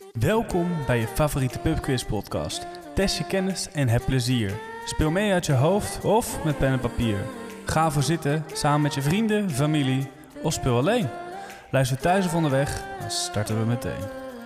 Welkom bij je favoriete pubquiz podcast. Test je kennis en heb plezier. Speel mee uit je hoofd of met pen en papier. Ga voor zitten samen met je vrienden, familie of speel alleen. Luister thuis of onderweg, dan starten we meteen.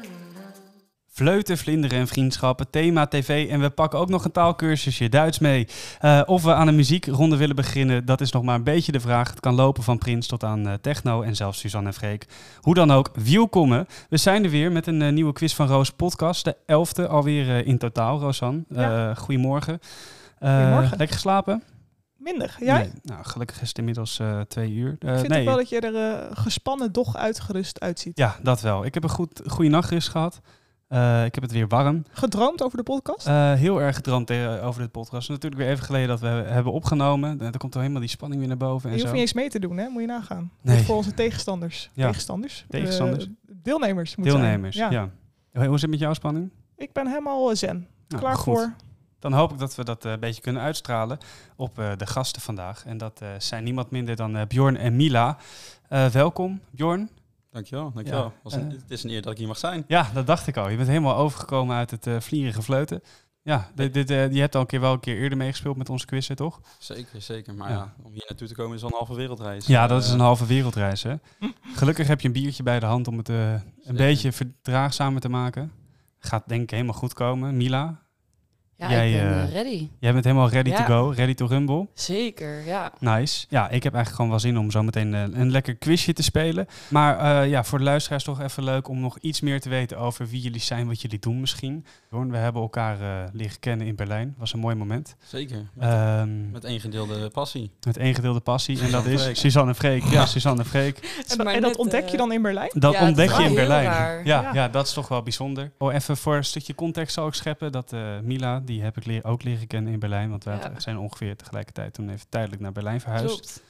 Vleuten, vlinderen en vriendschappen, thema tv en we pakken ook nog een taalkursusje Duits mee. Of we aan een muziekronde willen beginnen, dat is nog maar een beetje de vraag. Het kan lopen van Prins tot aan techno en zelfs Suzanne en Freek. Hoe dan ook, welkom. We zijn er weer met een nieuwe Quiz van Roos podcast. De 11e alweer in totaal, Rosanne. Goedemorgen. Goedemorgen. Lekker geslapen? Minder, jij? Nee. Nou, gelukkig is het inmiddels 2 uur. Ik vind ook wel dat je er gespannen, doch uitgerust uitziet. Ja, dat wel. Ik heb een goede nachtrust gehad. Ik heb het weer warm. Gedroomd over de podcast? Heel erg gedroomd over dit podcast. Natuurlijk weer even geleden dat we hebben opgenomen. Dan komt er helemaal die spanning weer naar boven. En je zo. hoeft niet eens mee te doen, hè? Moet je nagaan. Nee. Voor onze tegenstanders. Ja. Tegenstanders? Deelnemers moet Deelnemers, zijn. ja. Hoe zit het met jouw spanning? Ik ben helemaal zen. Nou, Klaar goed. voor. Dan hoop ik dat we dat een beetje kunnen uitstralen op de gasten vandaag. En dat zijn niemand minder dan Bjorn en Mila. Welkom, Bjorn. Dankjewel. Ja. Het is een eer dat ik hier mag zijn. Ja, dat dacht ik al. Je bent helemaal overgekomen uit het vlierige fleuten. Ja, je hebt al een keer eerder meegespeeld met onze quizzen, toch? Zeker. Maar om hier naartoe te komen is al een halve wereldreis. Ja, dat is een halve wereldreis, hè? Gelukkig heb je een biertje bij de hand om het een beetje verdraagzamer te maken. Gaat denk ik helemaal goed komen. Mila? Ja, ik ben ready. Jij bent helemaal ready to go, ready to rumble. Zeker, ja. Nice. Ja, ik heb eigenlijk gewoon wel zin om zo meteen een lekker quizje te spelen. Maar voor de luisteraars toch even leuk om nog iets meer te weten over wie jullie zijn, wat jullie doen misschien. We hebben elkaar leren kennen in Berlijn. Was een mooi moment. Zeker. Met één gedeelde passie. Met één gedeelde passie. En dat is Freek. Suzanne en Freek. Ja, Suzanne en Freek. En dat ontdek je dan in Berlijn? Dat Ja, ontdek dat je is in wel Berlijn. heel raar. Ja, dat is toch wel bijzonder. Even voor een stukje context zal ik scheppen dat Mila, die heb ik ook leren kennen in Berlijn. Want wij zijn ongeveer tegelijkertijd toen even tijdelijk naar Berlijn verhuisd. Klopt.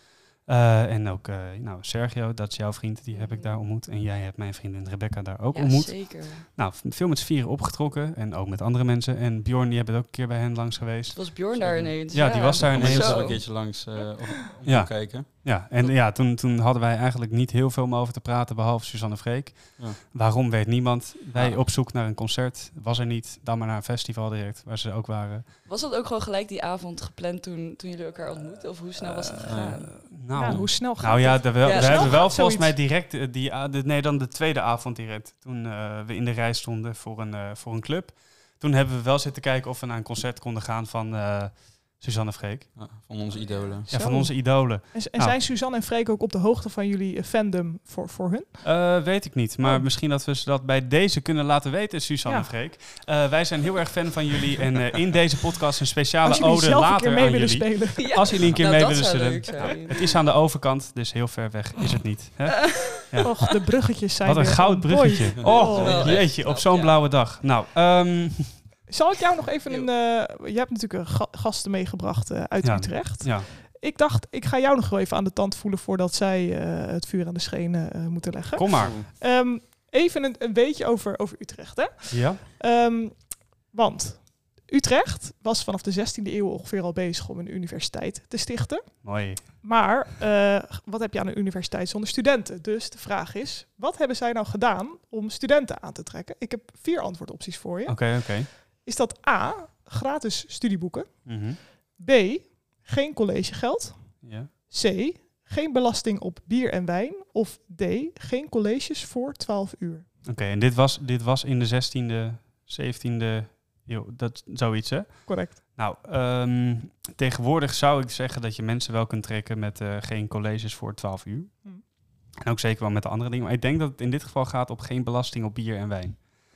En ook Sergio, dat is jouw vriend, die heb ik daar ontmoet. En jij hebt mijn vriendin Rebecca daar ook ontmoet. Zeker. Nou, veel met z'n vieren opgetrokken en ook met andere mensen. En Bjorn, die hebben ook een keer bij hen langs geweest. Het was Bjorn daar ineens. Ja, die was daar Ik ineens. kom Zo. een keertje langs om te kijken. Ja, en toen hadden wij eigenlijk niet heel veel om over te praten, behalve Suzanne en Freek. Ja. Waarom, weet niemand. Wij Ja. op zoek naar een concert, was er niet. Dan maar naar een festival direct, waar ze ook waren. Was dat ook gewoon gelijk die avond gepland toen jullie elkaar ontmoetten? Of hoe snel was het gegaan? Hoe snel gaat Nou ja, het? we snel hebben wel gaat volgens mij zoiets. direct dan de tweede avond direct. Toen we in de rij stonden voor een club. Toen hebben we wel zitten kijken of we naar een concert konden gaan van Suzanne en Freek. Ja, van onze idolen. Ja, Zo. van onze idolen. En zijn Suzanne en Freek ook op de hoogte van jullie fandom voor hun? Weet ik niet, maar Oh. misschien dat we ze dat bij deze kunnen laten weten, Suzanne Ja. en Freek. Wij zijn heel erg fan van jullie en in deze podcast een speciale Als jullie ode zelf een later keer mee aan willen jullie. spelen. Ja. Als jullie een keer Nou, mee dat willen zou zullen. leuk zijn. Het is aan de overkant, dus heel ver weg is het niet. Hè? Ja. Och, de bruggetjes zijn Wat een weer goud on point. bruggetje. Oh. Oh, Wel jeetje, echt op zo'n knap, ja. blauwe dag. Nou, Zal ik jou nog even je hebt natuurlijk gasten meegebracht uit Ja. Utrecht. ja. Ik dacht, ik ga jou nog wel even aan de tand voelen voordat zij het vuur aan de schenen moeten leggen. Kom maar. Even een beetje over Utrecht, hè? Ja? Want Utrecht was vanaf de 16e eeuw ongeveer al bezig om een universiteit te stichten. Mooi. Maar wat heb je aan een universiteit zonder studenten? Dus de vraag is, wat hebben zij nou gedaan om studenten aan te trekken? Ik heb 4 antwoordopties voor je. Oké. Is dat A, gratis studieboeken? Mhm. B, geen collegegeld? Ja. C, geen belasting op bier en wijn? Of D, geen colleges voor 12 uur? Oké, en dit was in de 16e, 17e eeuw, dat zoiets, hè? Correct. Nou, tegenwoordig zou ik zeggen dat je mensen wel kunt trekken met geen colleges voor 12 uur. En ook zeker wel met de andere dingen. Maar ik denk dat het in dit geval gaat op geen belasting op bier en wijn.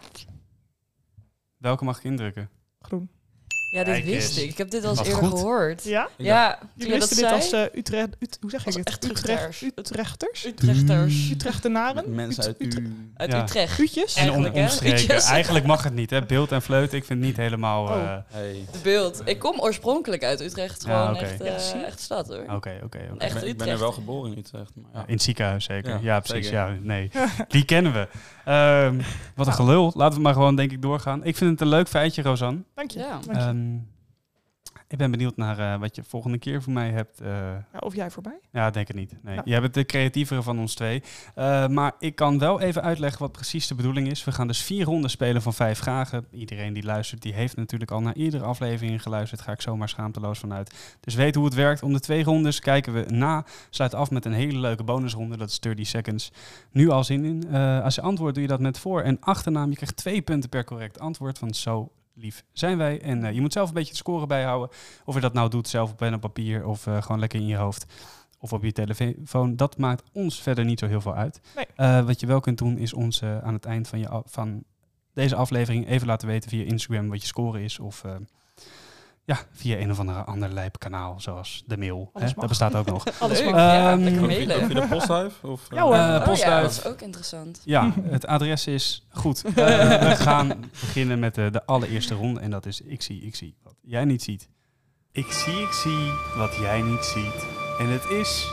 Welke mag ik indrukken? Groen. Ja, dit Kijk wist eens. ik. Ik heb dit al eens Wat eerder goed. gehoord. Ja? Ja, toen Jullie je dat wisten dit zei. als Utrecht... hoe zeg ik Als het? echt Utrechters. Utrechters? Utrechters. Utrechtenaren? Mensen uit Uit Ja. Utrecht. Uutjes? En Eigenlijk, hè? omstreken. Uutjes. Eigenlijk mag het niet, hè? Beeld en fleut, ik vind het niet helemaal... Oh. Hey. De beeld. Ik kom oorspronkelijk uit Utrecht. Ja, Gewoon oké. echt, Ja, zie je? echt stad, hoor. Oké. Echt Ik ben er wel geboren in Utrecht. Maar In het ziekenhuis zeker. Ja, Ja, precies. zeker. Ja, nee. Die kennen we. Wat een gelul. Laten we maar gewoon denk ik doorgaan. Ik vind het een leuk feitje, Rosanne. Dank je. Ja. Dank je. Ik ben benieuwd naar wat je volgende keer voor mij hebt. Ja, of jij voorbij? Ja, denk ik niet. Nee. Ja. Jij bent de creatievere van ons twee. Maar ik kan wel even uitleggen wat precies de bedoeling is. We gaan dus 4 ronden spelen van 5 vragen. Iedereen die luistert, die heeft natuurlijk al naar iedere aflevering geluisterd. Ga ik zomaar schaamteloos vanuit. Dus weet hoe het werkt. Om de 2 rondes kijken we na. Sluit af met een hele leuke bonusronde. Dat is 30 seconds. Nu al zin in. Als je antwoordt, doe je dat met voor- en achternaam. Je krijgt 2 punten per correct antwoord. Van zo lief zijn wij. En je moet zelf een beetje het score bijhouden. Of je dat nou doet zelf op pen en papier of gewoon lekker in je hoofd. Of op je telefoon. Dat maakt ons verder niet zo heel veel uit. Nee. Wat je wel kunt doen is ons aan het eind van deze aflevering even laten weten via Instagram wat je score is. Of via een of ander lijp kanaal zoals de mail. Dat bestaat ook nog. Alles mag. Ja, lekker Of mailen. via de postduif? Of, Ja hoor. Postduif. Dat is ook interessant. Ja, het adres is goed. We gaan beginnen met de allereerste ronde. En dat is ik zie wat jij niet ziet. Ik zie wat jij niet ziet. En het is...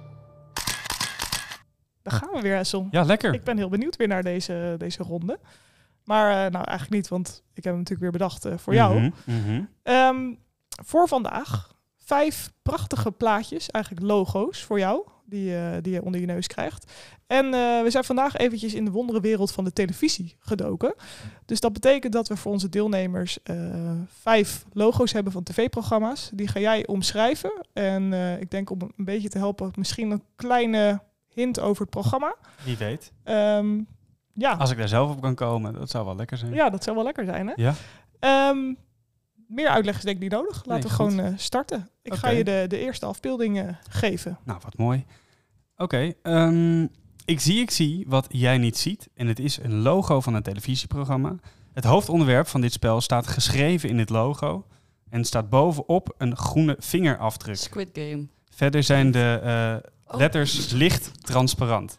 Daar gaan we weer, Essel. Ja, lekker. Ik ben heel benieuwd weer naar deze ronde. Maar nou, eigenlijk niet, want ik heb hem natuurlijk weer bedacht voor jou. Voor vandaag 5 prachtige plaatjes, eigenlijk logo's voor jou, die je onder je neus krijgt. En we zijn vandaag eventjes in de wonderenwereld van de televisie gedoken. Dus dat betekent dat we voor onze deelnemers 5 logo's hebben van tv-programma's. Die ga jij omschrijven. En ik denk om een beetje te helpen, misschien een kleine hint over het programma. Wie weet. Ja. Als ik daar zelf op kan komen, dat zou wel lekker zijn. Ja, dat zou wel lekker zijn, hè? Ja. Meer uitleg is denk ik niet nodig. Laten we gewoon starten. Ik ga je de eerste afbeelding geven. Nou, wat mooi. Oké. Ik zie wat jij niet ziet. En het is een logo van een televisieprogramma. Het hoofdonderwerp van dit spel staat geschreven in het logo. En staat bovenop een groene vingerafdruk. Squid Game. Verder zijn de letters licht transparant.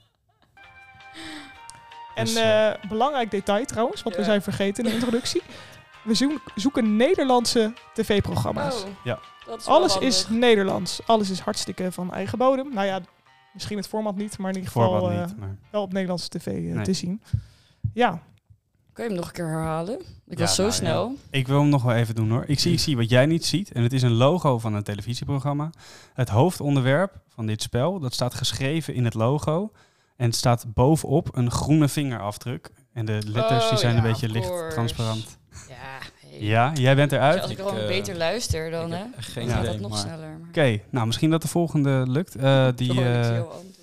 En Dus, belangrijk detail trouwens, wat we zijn vergeten in de introductie. We zoeken Nederlandse tv-programma's. Oh, Ja. dat is wel Alles handig. is Nederlands. Alles is hartstikke van eigen bodem. Nou ja, misschien het format niet, maar in ieder geval Voorbeeld niet, maar... wel op Nederlandse tv Nee. te zien. Ja, Kan je hem nog een keer herhalen? Ik Ja, was zo nou, snel. ja. Ik wil hem nog wel even doen hoor. Ik zie wat jij niet ziet. En het is een logo van een televisieprogramma. Het hoofdonderwerp van dit spel, dat staat geschreven in het logo. En het staat bovenop een groene vingerafdruk. En de letters die zijn een beetje of licht course. transparant. Ja, hey. Ja, jij bent Dus eruit. als ik Ik, gewoon beter luister, dan ik hè, heb echt geen gaat idee, dat nog maar- sneller. Maar... Oké, nou misschien dat de volgende lukt. Gewoon ik zie jouw antwoord.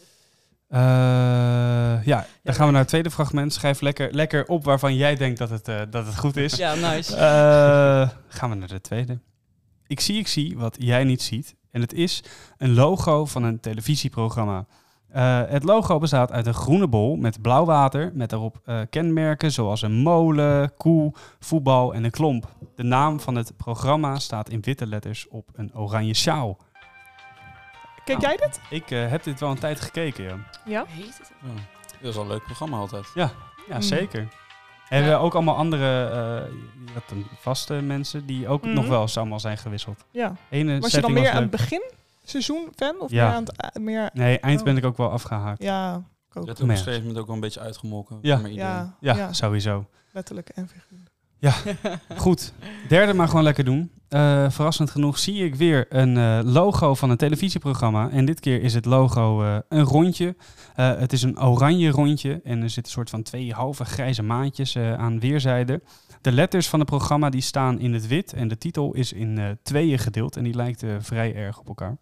Dan gaan we naar het tweede fragment. Schrijf lekker op waarvan jij denkt dat het goed is. Ja, nice. Gaan we naar de tweede. Ik zie wat jij niet ziet. En het is een logo van een televisieprogramma. Het logo bestaat uit een groene bol met blauw water. Met daarop kenmerken zoals een molen, koe, voetbal en een klomp. De naam van het programma staat in witte letters op een oranje sjaal. kijk jij dit? Ik heb dit wel een tijd gekeken, ja. Ja. Heet het? Ja. Dat is wel een leuk programma altijd. Ja, zeker. Hebben we ook allemaal andere je hebt dan vaste mensen die ook nog wel eens allemaal zijn gewisseld. Ja. Ene Was je dan setting meer was aan het leuk. begin seizoen fan? Of Ja. meer aan het meer... Nee, eind Oh. ben ik ook wel afgehaakt. Ja, ik Je ook. hebt Maar op ja. een gegeven moment ook wel een beetje uitgemolken. Ja. voor mijn idee. Ja, Sowieso. letterlijk en figuurlijk. Goed, derde maar gewoon lekker doen. Verrassend genoeg zie ik weer een logo van een televisieprogramma. En dit keer is het logo een rondje. Het is een oranje rondje en er zitten een soort van 2 halve grijze maatjes aan weerszijden. De letters van het programma die staan in het wit en de titel is in 2 gedeeld. En die lijkt vrij erg op elkaar.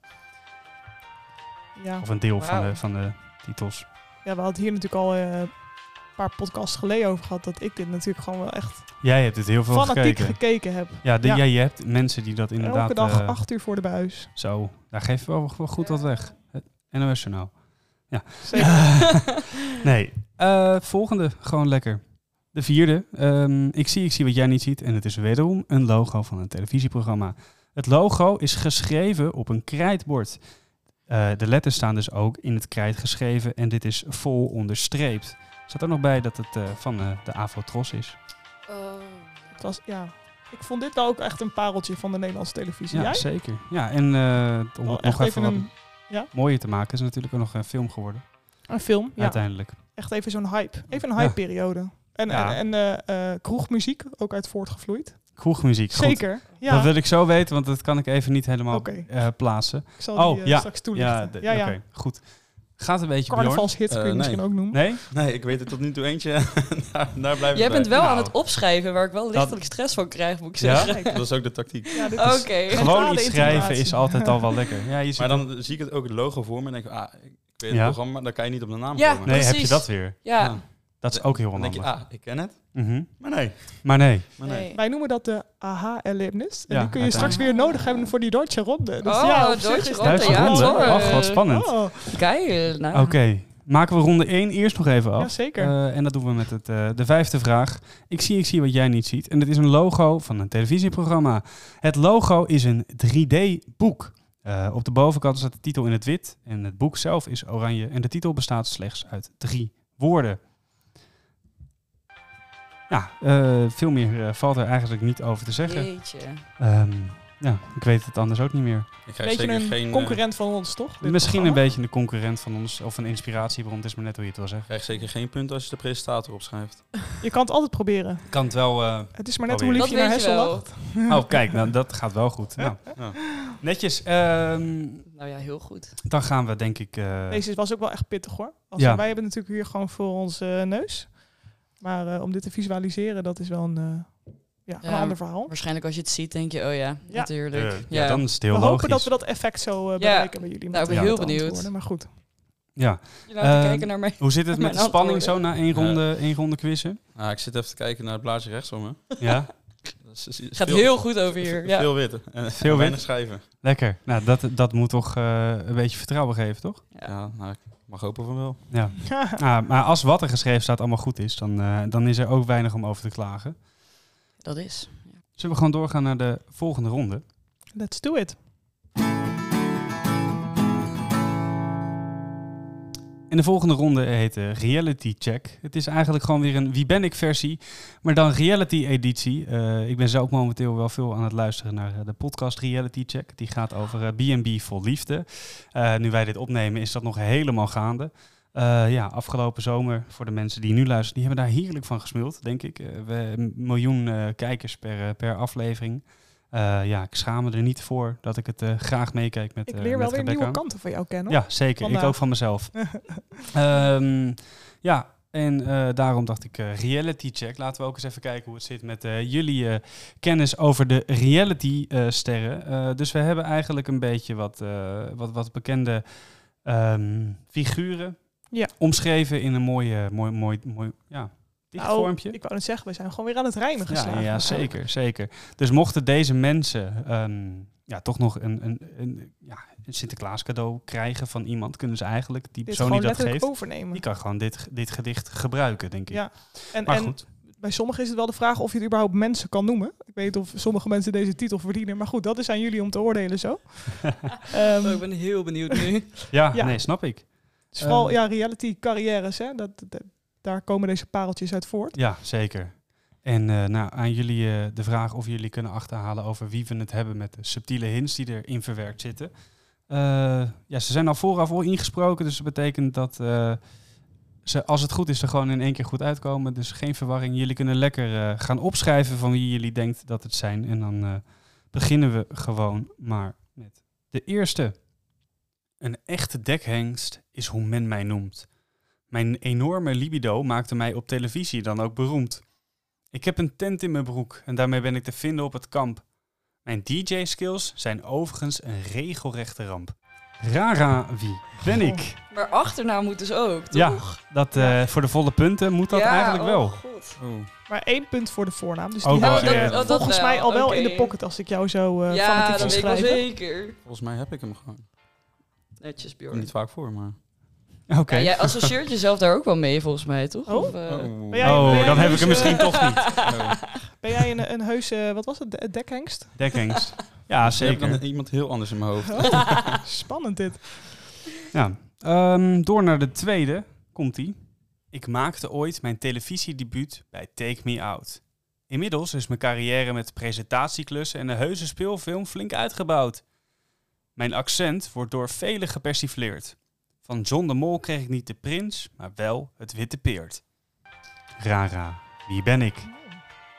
Ja. Of een deel Wauw. van de titels. Ja, we hadden hier natuurlijk al een paar podcasts geleden over gehad dat ik dit natuurlijk gewoon wel echt Jij hebt het heel veel fanatiek gekeken. gekeken heb. Ja, Ja. je hebt mensen die dat inderdaad... Elke dag 8 uur voor de buis. Zo, daar geef je wel goed wat weg. Het NOS-journaal. Ja. Zeker. Nee, volgende, gewoon lekker. De vierde. Ik zie wat jij niet ziet. En het is wederom een logo van een televisieprogramma. Het logo is geschreven op een krijtbord. De letters staan dus ook in het krijt geschreven. En dit is vol onderstreept. Er staat er nog bij dat het van de Avotros is. Oh. Het was, ja. Ik vond dit nou ook echt een pareltje van de Nederlandse televisie. Ja, Jij? zeker. Ja, en om Wel het echt nog even wat een mooier te maken, is natuurlijk ook nog een film geworden. film. Ja. Uiteindelijk. Echt even zo'n hype. Even een Ja. hypeperiode. En, Ja. en kroegmuziek, ook uit voortgevloeid. Kroegmuziek, goed. Zeker. Ja. Dat wil ik zo weten, want dat kan ik even niet helemaal plaatsen. Ik zal die straks toelichten. Ja, oké, goed. Gaat een beetje, Bjorn? Carnavalshit kun je misschien ook noemen. Nee? Nee, ik weet er tot nu toe eentje. daar blijf ik Jij bij. bent wel Nou. aan het opschrijven, waar ik wel lichtelijk stress van krijg, moet ik zeggen. Dat is ook de tactiek. Ja, dit Oké. is Gewoon mentale iets schrijven intimidatie. is altijd al wel lekker. Ja, je Maar dan zie ik het ook het logo voor me en denk ik, ik weet het programma, maar dan kan je niet op de naam Ja. komen. Nee, heb je Precies. dat weer? Ja. Dat is ook heel Dan denk je, onhandig. ik ken het, Mhm. maar nee. Maar nee. Nee. Wij noemen dat de aha-erlebnis. En Ja, die kun je straks uiteindelijk. weer nodig hebben voor die Deutsche Ronde. Dus Oh, ja, op Deutsche zich is Ronde, dat Duitse ja, ronde? toch? Ach, wat spannend. Oh, Geil. Nou. Oké. Maken we ronde 1 eerst nog even af. ja, zeker. En dat doen we met de 5e vraag. Ik zie wat jij niet ziet. En dat is een logo van een televisieprogramma. Het logo is een 3D-boek. Op de bovenkant staat de titel in het wit. En het boek zelf is oranje. En de titel bestaat slechts uit 3 woorden. Ja, veel meer valt er eigenlijk niet over te zeggen. Jeetje. Ja, ik weet het anders ook niet meer. Ik krijg Beetje zeker een geen, concurrent van ons, toch? Dit Misschien een programma? beetje een concurrent van ons. Of een inspiratiebron. Het is maar net hoe je het wil zeggen. krijg zeker geen punt als je de presentator opschrijft. Je kan het altijd proberen. Ik kan het wel... Het is maar net Proberen. hoe lief Dat je naar weet je Hessel wel. lacht. Oh, kijk, nou, dat gaat wel goed. Nou, Ja. netjes. Nou ja, heel goed. Dan gaan we denk ik... Deze was ook wel echt pittig hoor. Ja. Wij hebben natuurlijk hier gewoon voor onze neus. Maar om dit te visualiseren, dat is wel een Ja, ander verhaal. Waarschijnlijk als je het ziet, denk je, oh ja, Ja. natuurlijk. ja, dan is het heel We logisch. hopen dat we dat effect zo bereiken bij jullie. Nou, ik ben met heel de benieuwd. antwoorden, Maar goed. Ja. Je laat me Ehm, kijken naar mij. Hoe zit het met Mijn de spanning zo antwoorden. na één ronde quizzen? Nou, ik zit even te kijken naar het blaadje rechts van me. Ja, Dat is Gaat heel goed over hier. Ja. Veel wit. En Veel weinig wit. schrijven. lekker. Nou, dat moet toch een beetje vertrouwen geven, toch? Ja, nou, ik mag hopen van wel. Ja. Maar als wat er geschreven staat allemaal goed is, dan is er ook weinig om over te klagen. Dat is. Zullen we gewoon doorgaan naar de volgende ronde? Let's do it. En de volgende ronde heet Reality Check. Het is eigenlijk gewoon weer een Wie ben ik versie, maar dan reality editie. Ik ben zelf momenteel wel veel aan het luisteren naar de podcast Reality Check. Die gaat over B&B vol liefde. Nu wij dit opnemen is dat nog helemaal gaande. Afgelopen zomer, voor de mensen die nu luisteren, die hebben daar heerlijk van gesmuld, denk ik. We hebben 1 miljoen kijkers per aflevering. Ik schaam me er niet voor dat ik het graag meekijk met Ik met leer wel weer Rebecca. nieuwe kanten van jou kennen. Ja, zeker. Vandaag. Ik ook van mezelf. Daarom dacht ik reality check. Laten we ook eens even kijken hoe het zit met jullie kennis over de reality sterren. Dus we hebben eigenlijk een beetje wat bekende figuren omschreven in een mooi dichtvormpje. Ik wou net zeggen, we zijn gewoon weer aan het rijmen geslagen. Ja, zeker. Dus mochten deze mensen toch nog een Sinterklaas cadeau krijgen van iemand, kunnen ze eigenlijk die Dit persoon gewoon die dat letterlijk geeft, overnemen. die kan gewoon dit gedicht gebruiken, denk ik. Ja. Maar En goed. bij sommigen is het wel de vraag of je het überhaupt mensen kan noemen. Ik weet niet of sommige mensen deze titel verdienen. Maar goed, dat is aan jullie om te oordelen zo. Ik ben heel benieuwd nu. Ja. Nee, snap ik. Dus vooral reality carrières, hè? Daar komen deze pareltjes uit voort. Ja, zeker. En aan jullie de vraag of jullie kunnen achterhalen over wie we het hebben met de subtiele hints die erin verwerkt zitten. Ze zijn al vooraf al ingesproken, dus dat betekent dat ze, als het goed is, er gewoon in één keer goed uitkomen. Dus geen verwarring. Jullie kunnen lekker gaan opschrijven van wie jullie denkt dat het zijn. En dan beginnen we gewoon maar met de eerste. Een echte dekhengst is hoe men mij noemt. Mijn enorme libido maakte mij op televisie dan ook beroemd. Ik heb een tent in mijn broek en daarmee ben ik te vinden op het kamp. Mijn DJ-skills zijn overigens een regelrechte ramp. Rara, wie ben ik? Maar achternaam moet dus ook, Ja, toch? dat voor de volle punten moet dat eigenlijk wel. Oh, God. Maar 1 punt voor de voornaam. Dus Oh, die wel heb je erg. Dat volgens wel, mij al wel oké. in de pocket als ik jou zo Ja, fanatiek dat zie weet ik wel schrijven. zeker. Volgens mij heb ik hem gewoon. Netjes, Komt Bjorn. niet vaak voor, maar... Oké. Ja, jij associeert jezelf daar ook wel mee, volgens mij, toch? Oh. Of, Ben jij dan een heb ik heuse- hem misschien toch niet. Ben jij een heuse, wat was het, dekhengst? Dekhengst. Ja, Ik heb zeker. dan iemand heel anders in mijn hoofd. Spannend dit. Ja. Door naar de tweede. Komt-ie. Ik maakte ooit mijn televisiedebuut bij Take Me Out. Inmiddels is mijn carrière met presentatieklussen en een heuse speelfilm flink uitgebouwd. Mijn accent wordt door velen gepersifleerd. Van John de Mol kreeg ik niet de prins, maar wel het witte peert. Rara, wie ben ik?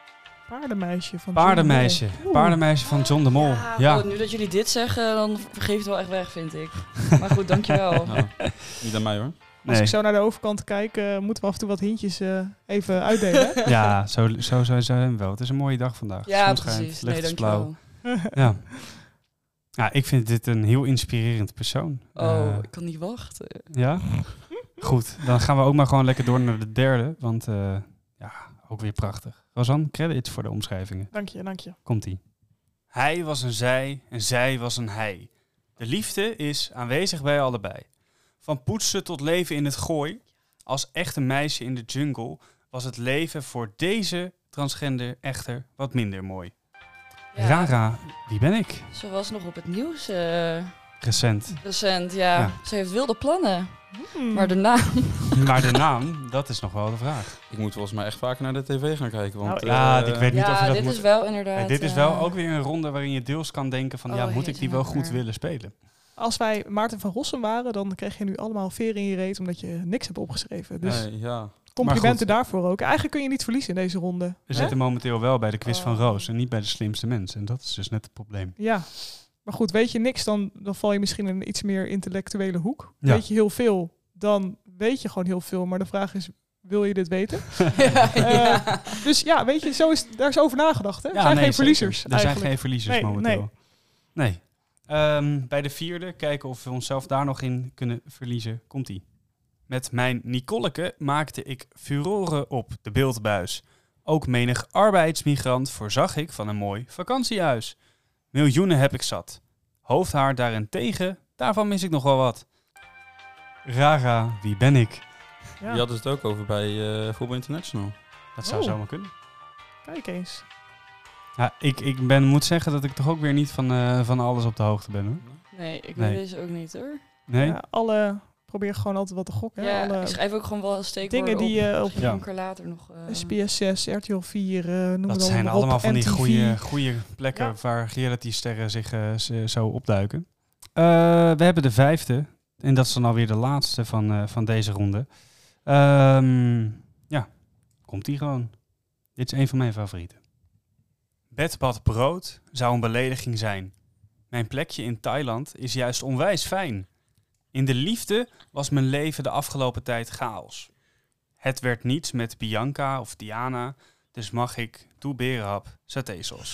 Paardenmeisje van Paardenmeisje. John de Mol. Paardenmeisje van John de Mol. Ja. Oh, nu dat jullie dit zeggen, dan geeft het wel echt weg, vind ik. Maar goed, dankjewel. Nou, niet aan mij hoor. Als Nee. ik zo naar de overkant kijk, moeten we af en toe wat hintjes even uitdelen. Ja, zo zijn we wel. Het is een mooie dag vandaag. Ja, Zon schijnt, precies. lucht Nee, is blauw. dankjewel. Ja. Ja, ik vind dit een heel inspirerend persoon. Oh, ik kan niet wachten. Ja? Goed, dan gaan we ook maar gewoon lekker door naar de derde. Want ja, ook weer prachtig. Rosanne, credits voor de omschrijvingen. Dank je. Komt-ie. Hij was een zij en zij was een hij. De liefde is aanwezig bij allebei. Van poetsen tot leven in het gooi. Als echte meisje in de jungle was het leven voor deze transgender echter wat minder mooi. Ja, Rara, wie ben ik? Ze was nog op het nieuws Recent. recent, ja. Ja. Ze heeft wilde plannen. Hmm. Maar de naam... Maar de naam, dat is nog wel de vraag. Ik moet volgens mij echt vaker naar de tv gaan kijken. Want, Nou, Ja, ik weet niet of je Ja, dat dit moet... is wel inderdaad... Dit is wel ook weer een ronde waarin je deels kan denken van... Oh, ja, moet ik die wel goed helemaal. willen spelen? Als wij Maarten van Rossum waren, dan kreeg je nu allemaal veren in je reet omdat je niks hebt opgeschreven. Dus ja. complimenten goed. daarvoor ook. Eigenlijk kun je niet verliezen in deze ronde. We Hè? zitten momenteel wel bij de quiz van Oh. Roos en niet bij de slimste mensen. En dat is dus net het probleem. Ja. Maar goed, weet je niks, dan val je misschien in een iets meer intellectuele hoek. Ja. Weet je heel veel, dan weet je gewoon heel veel. Maar de vraag is, wil je dit weten? ja. Dus ja, weet je, daar is over nagedacht. Hè? Er zijn geen zeker. verliezers Er zijn eigenlijk. geen verliezers Nee, momenteel. Nee. Bij de vierde, kijken of we onszelf daar nog in kunnen verliezen, komt-ie. Met mijn Nicoleke maakte ik furoren op de beeldbuis. Ook menig arbeidsmigrant voorzag ik van een mooi vakantiehuis. Miljoenen heb ik zat. Hoofdhaar daarentegen, daarvan mis ik nog wel wat. Rara, wie ben ik? Ja, Die hadden ze het ook over bij Voetbal International. Dat zou Oh. zomaar kunnen. kijk eens. Ja, ik moet zeggen dat ik toch ook weer niet van alles op de hoogte ben, hoor. Nee, ik Nee. weet deze ook niet hoor. Nee? Ja, probeer gewoon altijd wat te gokken. Hè? Ja, Alle ik schrijf ook gewoon wel steekwoorden dingen die je op Ja. Dan kan ik er later nog... SBS 6, RTL 4, noem Dat het zijn allemaal allemaal op, van die MTV. goede plekken Ja. waar realitysterren zich zo opduiken. We hebben de vijfde. En dat is dan alweer de laatste van deze ronde. Ja, komt die gewoon. Dit is een van mijn favorieten. Bed, bad, brood zou een belediging zijn. Mijn plekje in Thailand is juist onwijs fijn. In de liefde was mijn leven de afgelopen tijd chaos. Het werd niets met Bianca of Diana, dus mag ik toe berenhap satésos.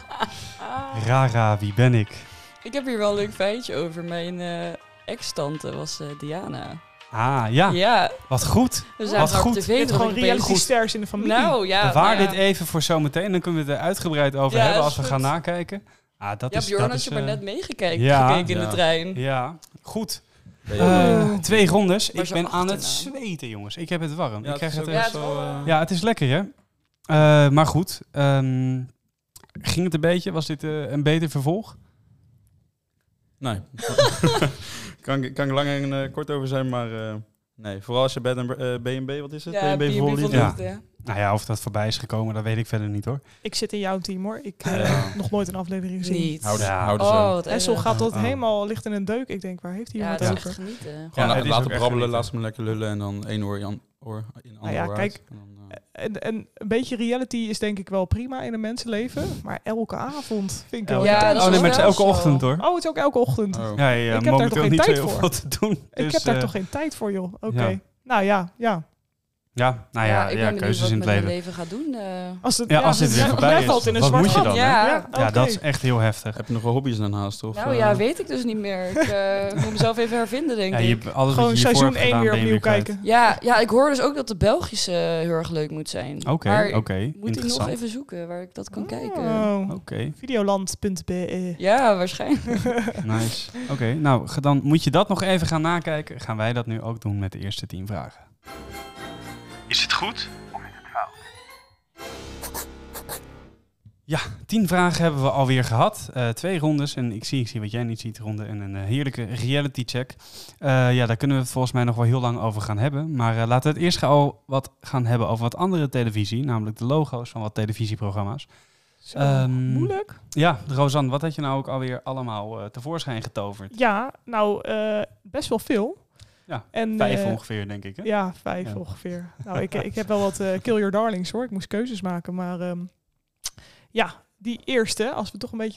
Rara, wie ben ik? Ik heb hier wel een leuk feitje over. Mijn ex-tante was Diana. Ah, ja, Ja, wat goed. we Wat zaten haar op goed. tv. Je hebt toen gewoon ik opeens- reality stars in de familie. Nou ja. Bewaar nou ja. dit even voor zometeen, dan kunnen we het er uitgebreid over Ja, hebben is als we goed. gaan nakijken. Ah, dat Ja, is, Bjorn dat had is, je maar net meegekeken ja. gekeken in de Ja. trein. Ja, goed. Ja, 2 rondes. Maar Ik zo ben aan het achternaam. zweten, jongens. Ik heb het warm. Ik krijg het het is Ja, ook het best is wel... wel, Ja, het is lekker, hè? Maar goed. Ging het een beetje? Was dit een beter vervolg? Nee. kan ik lang en kort over zijn, maar nee. Vooral als je B&B, wat is het? Ja, B&B vol liefde. Ja. liefde. Nou ja, of dat voorbij is gekomen, dat weet ik verder niet, hoor. Ik zit in jouw team hoor. Ik Ja. heb nog nooit een aflevering gezien. Niet. Houden ze. Ja. Houden ze. Oh, wat Essel erg. gaat tot Oh. helemaal licht in een deuk. Ik denk, waar heeft hij Ja, het het is over? echt genieten. Ja, Gewoon het is laten ook echt brabbelen, genieten. laat ze me lekker lullen en dan één oor in een ander ja, oor kijk, uit. En dan, En een beetje reality is denk ik wel prima in een mensenleven. Maar elke avond vind ik wel Ja, intens. dat oh nee, is maar het is wel elke zo. ochtend, hoor. Oh, het is ook elke ochtend. oh. Ja, heb daar toch momenteel geen niet tijd zo heel voor. veel te doen. Ik Dus, heb daar toch geen tijd voor, joh. Oké. ja. Nou ja. Ja, nou ja, ik ben benieuwd keuzes wat in ik het met leven. mijn leven ga doen. Als, het, Ja, als dit dus weer jij- voorbij jij is, valt in een wat zwart moet je gat. dan, hè? Ja, Ja, oké. dat is echt heel heftig. Heb je nog wel hobby's daarnaast? Of, Nou ja, weet ik dus niet meer. Ik moet mezelf even hervinden, denk Ja, ik. je hebt alles Gewoon wat je hiervoor seizoen hebt 1 gedaan, weer ben je opnieuw kwijt. kijken. Ja, ik hoor dus ook dat de Belgische heel erg leuk moet zijn. Oké, Maar oké. moet ik nog Interessant. even zoeken waar ik dat kan kijken. Oh. Oké, Videoland.be. Ja, waarschijnlijk. nice. Oké, nou, dan moet je dat nog even gaan nakijken. Gaan wij dat nu ook doen met de eerste 10 vragen. Is het goed? Ja, 10 vragen hebben we alweer gehad. 2 rondes en ik zie wat jij niet ziet, ronde en een heerlijke reality check. Ja, daar kunnen we het volgens mij nog wel heel lang over gaan hebben. Maar laten we het eerst al wat gaan hebben over wat andere televisie, namelijk de logo's van wat televisieprogramma's. Zo, moeilijk. Ja, Rosanne, wat had je nou ook alweer allemaal tevoorschijn getoverd? Ja, nou, best wel veel. Ja, En, 5 ongeveer, denk ik, hè? Ja, 5 Ja. ongeveer. Nou, ik heb wel wat Kill Your Darlings, hoor. Ik moest keuzes maken, maar Ja, die eerste, als we toch een beetje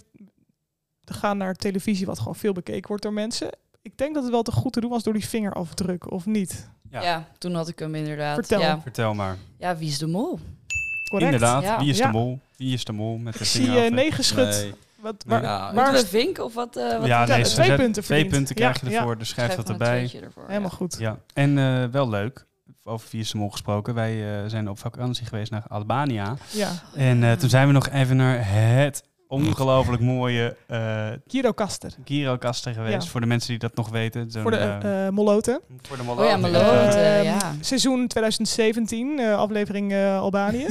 gaan naar televisie, wat gewoon veel bekeken wordt door mensen. Ik denk dat het wel te goed te doen was door die vingerafdruk, of niet? Ja, toen had ik hem inderdaad. Vertel. Ja, Vertel maar. ja, Wie is de Mol? Correct. Inderdaad, Ja. wie is de Ja. mol? Wie is de mol met de Ik zie vingerafdruk? 9 geschud. Nee. Wat, Nee, waar, ja, Moeten waar we vinken of wat? Ja, nee, Ja, ze 2 zet- punten 2 verdiend. punten krijg je Ja, ervoor, dus schrijf dat een erbij. tweetje ervoor. helemaal goed. Ja, en wel leuk, over Wie is de Mol gesproken. Wij zijn op vakantie geweest naar Albanië. Ja. En toen zijn we nog even naar het ongelooflijk mooie Gyrocaster. Gyrocaster geweest. Ja. Voor de mensen die dat nog weten. Voor de Moloten. voor de Oh ja, Moloten. Moloten, ja. Seizoen 2017, aflevering Albanië.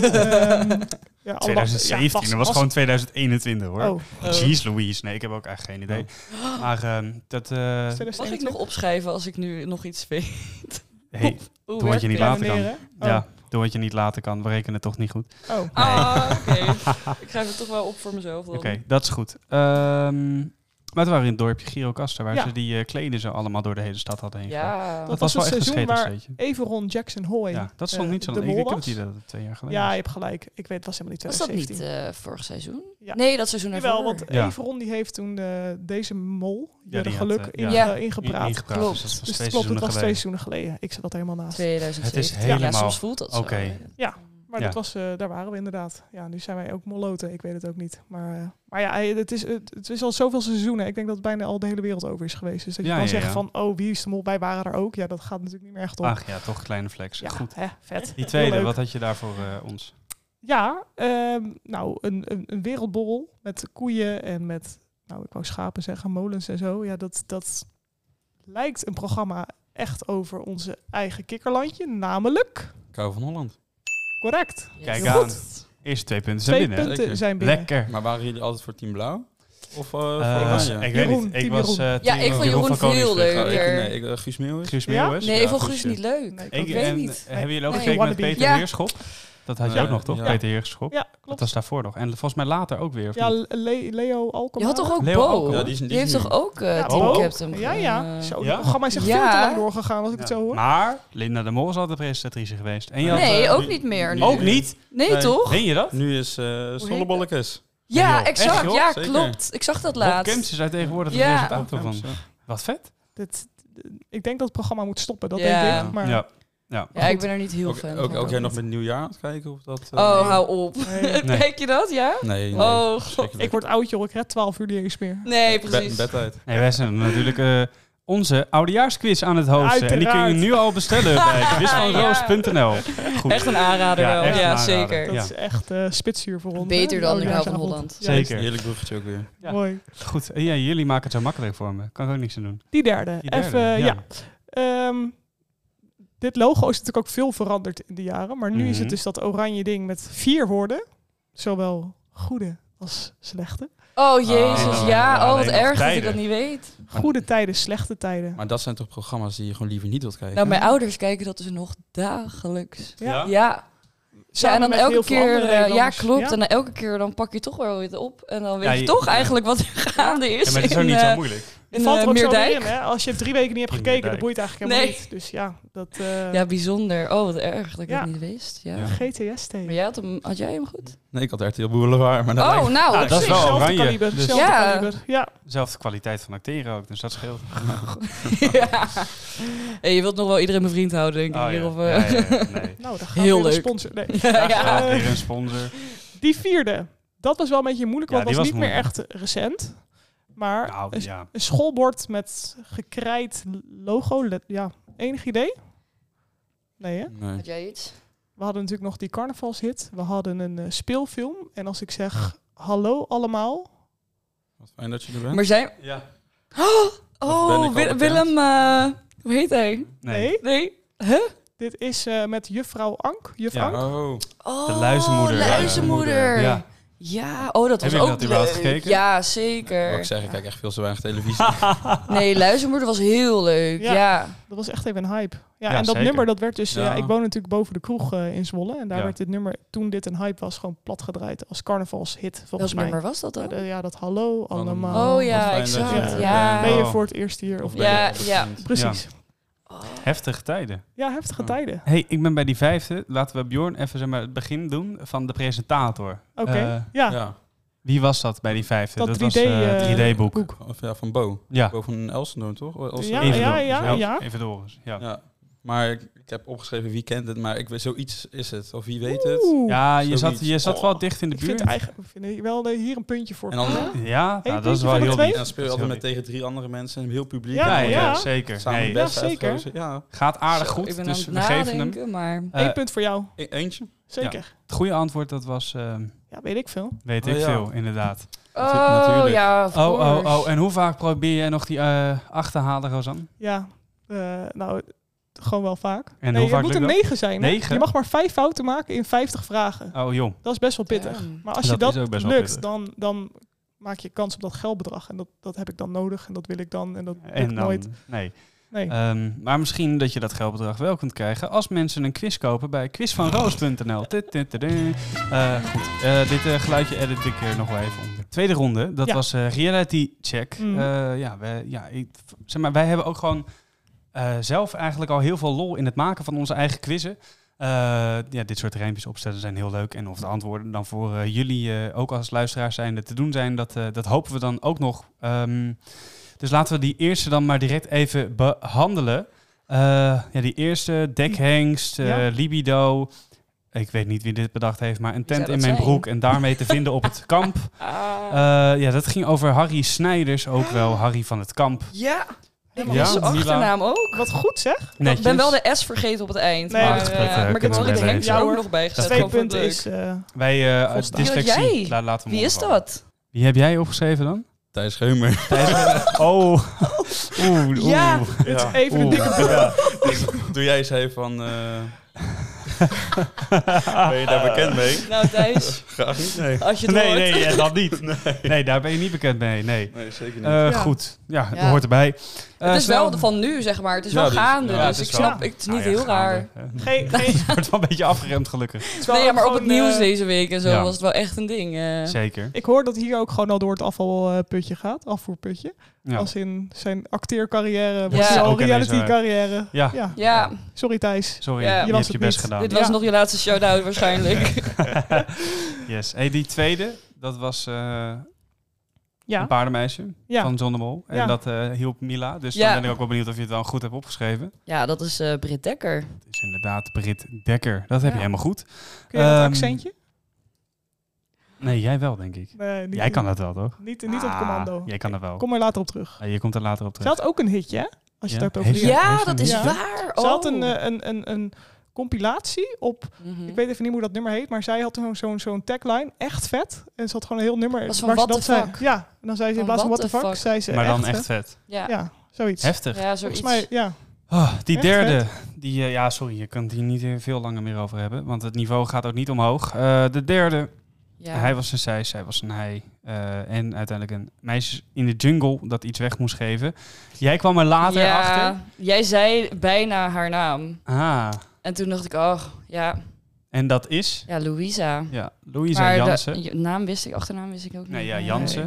Ja, allemaal- 2017, dat was gewoon 2021 hoor. Oh, Jeez Louise, nee, ik heb ook eigenlijk geen idee. Maar dat... Mag ik 2021? nog opschrijven als ik nu nog iets weet? hey, Hoe doe wat je niet Ja, laten kan. meneer, hè? Ja, doe wat je niet laten kan. We rekenen het toch niet goed. Oh. Ah, oké. Ik schrijf het toch wel op voor mezelf dan. Oké, dat is goed. Maar het waren in het dorpje Gyrocaster, waar Ja. ze die kleden zo allemaal door de hele stad hadden heen gegaan. Ja. Dat was was wel het echt een seizoen waar schetersteetje. Everon Jackson Hoy Ja, dat stond niet zo de lang. Ik mol denk dat was. hij dat 2 jaar geleden Ja, je was. hebt gelijk. Ik weet, het was helemaal niet Was dat 2017. niet vorig seizoen? Ja. Nee, dat seizoen ervoor. Jawel, want Ja. Everon die heeft toen deze mol, Ja, de die geluk, had, ingepraat. Ingepraat, Klopt. dus dat was Dus 2 het klopt, het was 2 geleden. seizoenen geleden. Ik zat dat helemaal naast. 2017. Het is helemaal- Ja, soms voelt dat Oké. zo. Maar Ja. dat was, daar waren we inderdaad. Ja, nu zijn wij ook moloten. Ik weet het ook niet. Maar ja, het is al zoveel seizoenen. Ik denk dat het bijna al de hele wereld over is geweest. Dus dat je Ja, kan ja, zeggen ja. van, oh, Wie is de Mol? Wij waren er ook. Ja, dat gaat natuurlijk niet meer echt op. Ach ja, toch een kleine flex. ja, Goed. hè, vet. Die Heel tweede, leuk. wat had je daar voor ons? Ja, nou, een wereldborrel met koeien en met, nou, ik wou schapen zeggen, molens en zo. Ja, dat lijkt een programma echt over onze eigen kikkerlandje, namelijk... Kou van Holland. Correct. Kijk Heel aan. goed. Eerste 2 punten zijn 2 binnen. punten Zeker. zijn binnen. Lekker. Maar waren jullie altijd voor Team Blauw? Of voor Ik Oranje? weet Jeroen, niet. Ik team was Jeroen. Ja, ik vond Jeroen van veel Koningsbrugge. leuker. Guus Meeuwis. Guus Ja? Meeuwis. Nee, Ja, ik vond goed, Guus ja. niet leuk. Nee, Ik ook weet en niet. hebben jullie ook Nee. gekeken met Wannabe. Peter Ja. Heerschop? Dat had je Ja. ook nog, toch? Ja. Peter Heerschop. Ja, Dat klopt. was daarvoor nog. En volgens mij later ook weer. Of Ja, niet? Leo Alkema. Je had toch ook Leo Bo? Alkema. Ja, die heeft is toch nu. ook Ja, Team Bo. Captain? Ja, ja. Zo, Ja? het programma is echt Ja. veel te lang doorgegaan als ik het zo hoor. Maar Linda de Mol is altijd presentatrice geweest. En je had, Nee, ook nu- niet meer. nu- nu. ook niet? Nee, Nee. toch? Meen je dat? Nu is heet Zollebolletjes. Ja, joh. Echt, exact. joh? Ja, Zeker. klopt. Ik zag dat Bob laatst. Kemps is daar tegenwoordig de Ja. presentator van. Wat vet. Ik denk dat het programma moet stoppen, dat Ja. denk ik. Maar Ja. Ja. Ja, ik ben er niet heel Ook, fan ook van. elk jaar nog met Nieuwjaar aan het kijken of dat... Oh, hou op. Nee. Nee. Kijk je dat, ja? Nee. Oh, god. verschrikkelijk. Ik word oud, joh. Ik red 12 uur niet eens meer. Nee, Be- precies. bedtijd. Nee, wij zijn natuurlijk onze oudejaarsquiz aan het hosten. En die kun je Uiteraard. nu al bestellen bij quizvanroos.nl. Goed. Echt een aanrader Ja, wel. echt een Ja, aanrader. zeker. Dat Ja. is echt spitsuur voor ons. Beter hè, dan die Ik hou van oudejaarsavond. Holland. Juist. Zeker. Heerlijk bruggetje ook weer. Ja. Mooi. Goed. Ja, jullie maken het zo makkelijk voor me. Kan ik ook niks aan doen. Die derde. Die derde, Even, ja. Ehm, dit logo is natuurlijk ook veel veranderd in de jaren. Maar nu is Mhm. het dus dat oranje ding met 4 woorden. Zowel goede als slechte. Oh, jezus. Oh, ja, oh, wat alleen nog erg dat ik tijden. dat niet weet. Goede tijden, slechte tijden. Maar dat zijn toch programma's die je gewoon liever niet wilt kijken? Nou, mijn ouders kijken dat dus nog dagelijks. Ja. Ja. Samen en dan met elke heel veel keer, andere ja, Nederlanders. klopt. Ja. En dan elke keer dan pak je toch wel weer op. En dan weet Ja, je je- toch ja. eigenlijk wat er gaande is. Ja, maar het is ook in, niet zo moeilijk. Het in valt er ook zo weer Meerdijk. in, hè? Als je 3 weken niet hebt In gekeken, dat Meerdijk. boeit eigenlijk helemaal Nee. niet. Dus ja, dat... Ja, bijzonder. Oh, wat erg dat ik Ja. dat niet wist. Ja. Ja. GTST. Maar jij had jij hem goed? Nee, ik had RTL Boulevard, maar dat Oh, lijkt- nou. Ja, op dat is zich. wel Zelfde oranje, kaliber, dus- zelfde Ja. kaliber. Ja. Zelfde kwaliteit van acteren ook, dus dat scheelt. Ja. Hey, je wilt nog wel iedereen mijn vriend houden, denk ik. Oh, hier, ja. of, Ja, ja, ja, nee. Nou, dan gaat Heel weer een leuk. sponsor. Nee. Daar Ja. gaat Eh, weer een sponsor. Die vierde, dat was wel een beetje moeilijk, Ja, want het die was niet was meer echt recent. Maar Nou, ja. een schoolbord met gekrijt logo. Ja, enig idee? Nee, hè? Nee. Had jij iets? We hadden natuurlijk nog die carnavalshit. We hadden een speelfilm. En als ik zeg hallo allemaal. Wat fijn dat je er bent. Maar zijn... Ja. Oh, ben ik al bekend? Willem... hoe heet hij? Nee. Nee? Huh? Dit is met juffrouw Ank. Juf Ja. Ank. Oh, Oh, De luizenmoeder. luizenmoeder. Ja. Ja, oh, dat was Hebben jullie ook dat überhaupt leuk. gekeken? Ja, wat ik zeker. zeg, ik kijk echt veel te weinig televisie. Nee, luizenmoeder was heel leuk. Ja. Ja. Dat was echt even een hype. Ja, Ja, en dat zeker. nummer, dat werd dus... Ja. Ja, ik woon natuurlijk boven de kroeg in Zwolle. En daar Ja. werd dit nummer, toen dit een hype was, gewoon plat gedraaid als carnavalshit, volgens Welk mij. nummer was dat dan? Ja, dat hallo allemaal. Oh Wat ja, fijn dat je exact. er Ja. Ben je Oh. voor het eerst hier? Of ben Ja, je ja. bekend? Precies. Oh, Heftige tijden. Ja, heftige tijden. Hey, ik ben bij die 5e. Laten we Bjorn even het begin doen van de presentator. Oké. Wie was dat bij die 5e? Dat 3D, was 3D-boek. Of van Bo. Ja. Bo van Elsendoorn, toch? Ja. Even door. Ja. Maar ik heb opgeschreven wie kent het, maar zoiets is het. Of wie weet het. Ja, Zoiets. je zat wel dicht in de buurt. Ik vind wel hier een puntje voor. En dan, Ja, Eén dat is wel puntje voor de heel twee? lief. en dan speel je altijd met tegen 3 andere mensen, een heel publiek. Ja, zeker. Samen Nee, best zeker. uitgekozen. Ja. gaat aardig Zo, goed, ik ben dus aan we het geven hem. nadenken, maar... 1 punt voor jou. Eentje? Zeker. Het goede antwoord, dat was... Ja, weet ik veel. weet Oh, ik ja. veel, inderdaad. Oh, Natuurlijk. ja, of course. Oh. En hoe vaak probeer je nog die achterhalen, Rosanne? Ja, nou, gewoon wel vaak. En Nee, hoe vaak het moet een lukt dat? 9 zijn. Hè? 9? Je mag maar 5 fouten maken in 50 vragen. Oh, joh. Dat is best wel pittig. Damn. Maar als Dat je is dat ook best wel lukt, pittig. dan maak je kans op dat geldbedrag. En dat heb ik dan nodig en dat wil ik dan. En dat lukt En dan, nooit. nee. Nee. Maar misschien dat je dat geldbedrag wel kunt krijgen als mensen een quiz kopen bij quizvanroos.nl. Goed, dit geluidje edit ik er nog wel even onder. Tweede ronde, dat Ja. was reality check. Mhm. Wij hebben ook gewoon zelf eigenlijk al heel veel lol in het maken van onze eigen quizzen. Dit soort rijmpjes opstellen zijn heel leuk. En of de antwoorden dan voor jullie ook als luisteraars zijnde te doen zijn, dat hopen we dan ook nog. Dus laten we die eerste dan maar direct even behandelen. Die eerste, dekhengst, libido. Ik weet niet wie dit bedacht heeft, maar een tent zou in dat mijn zijn? broek en daarmee te vinden op het kamp. Dat ging over Harry Snijders, ook wel Harry van het kamp. Ja, ik Ja, wist zijn Mila. achternaam ook. Wat goed zeg. Ik ben wel de S vergeten op het eind. Nee, maar, dat maar ik heb wel de kunnen we Henk redden. er ook Ja, nog bij gezet. 2 Gewoon voor het punten leuk. is... Wij Volstaan. dyslexie. Wie Laten we hem Wie is ondervallen. dat? Wie heb jij opgeschreven dan? Thijs Geumer. Oh. Oeh. Ja. Ja. Even een dikke punt. Toen jij zei van... ben je daar bekend mee? Nou Thijs, Graag niet, nee. als je het hoort. Nee, dat niet. Nee, daar ben je niet bekend mee. Nee. Nee, zeker niet. Goed. Ja, dat Ja. hoort erbij. Het is snel. wel van nu, zeg maar. Het is Ja, wel dus- gaande, ja, dus het is ik wel- snap, het is niet Nou ja, heel gaande. raar. Geen, wordt wel een beetje afgeremd, gelukkig. Nee, ja, maar op het gewoon, nieuws deze week en zo ja. was het wel echt een ding. Zeker. Ik hoor dat hier ook gewoon al door het afvalputje gaat. Afvoerputje. Ja. Als in zijn acteercarrière, Ja. ja. Ook ineens, reality-carrière. Ja. Ja, Sorry Thijs. Sorry, Ja. je was hebt je het best niet. gedaan. dit was Ja. nog je laatste shout-out waarschijnlijk. Yes. Hey, die tweede, dat was een Ja. paardenmeisje Ja. van Zonnebol. En Ja. dat hielp Mila. Dus Ja. dan ben ik ook wel benieuwd of je het dan goed hebt opgeschreven. Ja, dat is Britt Dekker. Het is inderdaad Britt Dekker. Dat heb je Ja. helemaal goed. Kun je dat Ehm, accentje? Nee, jij wel, denk ik. Nee, niet, Jij kan dat wel, toch? Niet op commando. Jij kan dat wel. Kom er later op terug. Je komt er later op Ze terug. had ook een hitje, hè? Als je Ja? het hebt over Heeft die... ze? Ja, heeft dat een is ja. waar. Ze had Oh. een compilatie op... Mhm. Ik weet even niet hoe dat nummer heet, maar zij had zo'n tagline. Echt vet. En ze had gewoon een heel nummer Was van waar ze what dat the zei. fuck? Ja, en dan zei ze in Van plaats van what what the the fuck, zei ze Maar dan echt echt vet. Ja, Ja, zoiets. Heftig. ja zoiets. Volgens mij, ja. Die Echt derde, die, sorry, je kan het hier niet veel langer meer over hebben. Want het niveau gaat ook niet omhoog. De derde, Ja. hij was een zij was een hij. En uiteindelijk een meisje in de jungle dat iets weg moest geven. Jij kwam er later Ja, achter. jij zei bijna haar naam. Ah, En toen dacht ik, oh, ja, en dat is? Louisa. Ja, Louisa Maar Jansen. naam wist ik, achternaam wist ik ook niet. Nee, ja, Maar- Jansen.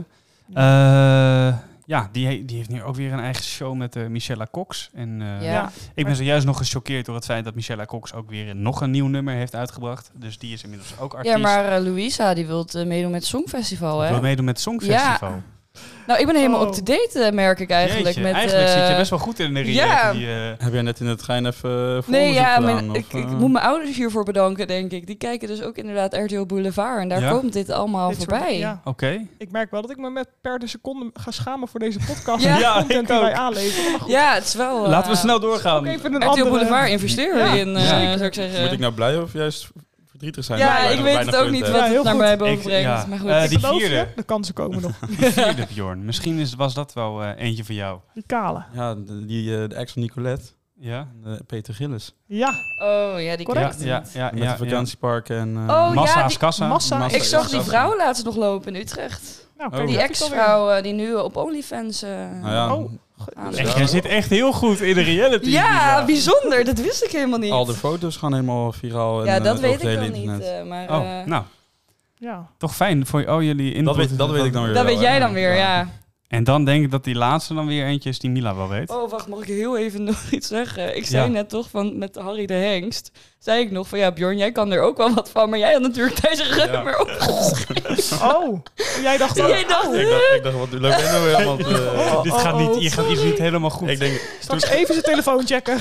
Die heeft nu ook weer een eigen show met Michelle Cox. En Ja. ik ben zojuist nog gechoqueerd door het feit dat Michelle Cox ook weer nog een nieuw nummer heeft uitgebracht. Dus die is inmiddels ook artiest. Ja, maar Louisa, die wil meedoen met het Songfestival, hè? wil meedoen met het Songfestival. Nou, ik ben helemaal Oh. up-to-date, merk ik eigenlijk. Jeetje, met, eigenlijk zit je best wel goed in de reality. ja. Heb jij net in het trein even vooronderzoek Nee, ja, gedaan? ik moet mijn ouders hiervoor bedanken, denk ik. Die kijken dus ook inderdaad RTL Boulevard. En daar Ja? komt dit allemaal Dit soort- voorbij. ja. Oké. Ik merk wel dat ik me met per de seconde ga schamen voor deze podcast. Ja. En de Ja, content ik die wij ook. aanleveren. Maar goed, Ja, het is wel... Laten we snel doorgaan. ook even een RTL andere... Boulevard, investeer Ja, erin, zeker. zou ik zeggen. Moet ik nou blij of juist verdrietig zijn? ja, Dat ik ik weet bijna het ook punt niet heb? wat Ja, heel het naar goed. mij boven Ik- brengt. ja. Maar goed. Die Ik geloof vierde. je, de kansen komen nog. Die vierde, Bjorn. Misschien was dat wel eentje voor jou. Die kale. Ja, de ex van Nicolette, Ja? Peter Gillis. Ja, Oh, ja, die Correct. ken ik niet. Ja, Met de vakantieparken en... Oh, Massa's die- kassa. Massa. Massa. Ik zag die Kassa. vrouw laatst nog lopen in Utrecht. nou, Oh. kijk, Die dat is alweer- ex-vrouw die nu op OnlyFans... Nou ja, Oh, aan Echt, jij zit echt heel goed in de reality. Ja, bijzonder. Dat wist ik helemaal niet. al de foto's gaan helemaal viraal. Ja, en, dat over weet het ik hele dan niet. internet. Maar Oh, nou, ja. toch fijn voor jullie input. Dat weet ik dan weer dat wel, weet jij hè. dan weer, ja. En dan denk ik dat die laatste dan weer eentje is die Mila wel weet. Oh, wacht, mag ik heel even nog iets zeggen? Ik zei net toch met Harry de Hengst, zei ik nog van ja, Bjorn, jij kan er ook wel wat van, maar jij had natuurlijk deze Reumer opgeschreven. Oh, jij dacht ook. Ik dacht, wat leuk ben nou weer allemaal. Dit gaat niet, je gaat iets niet helemaal goed. Ik denk, Straks even zijn telefoon checken.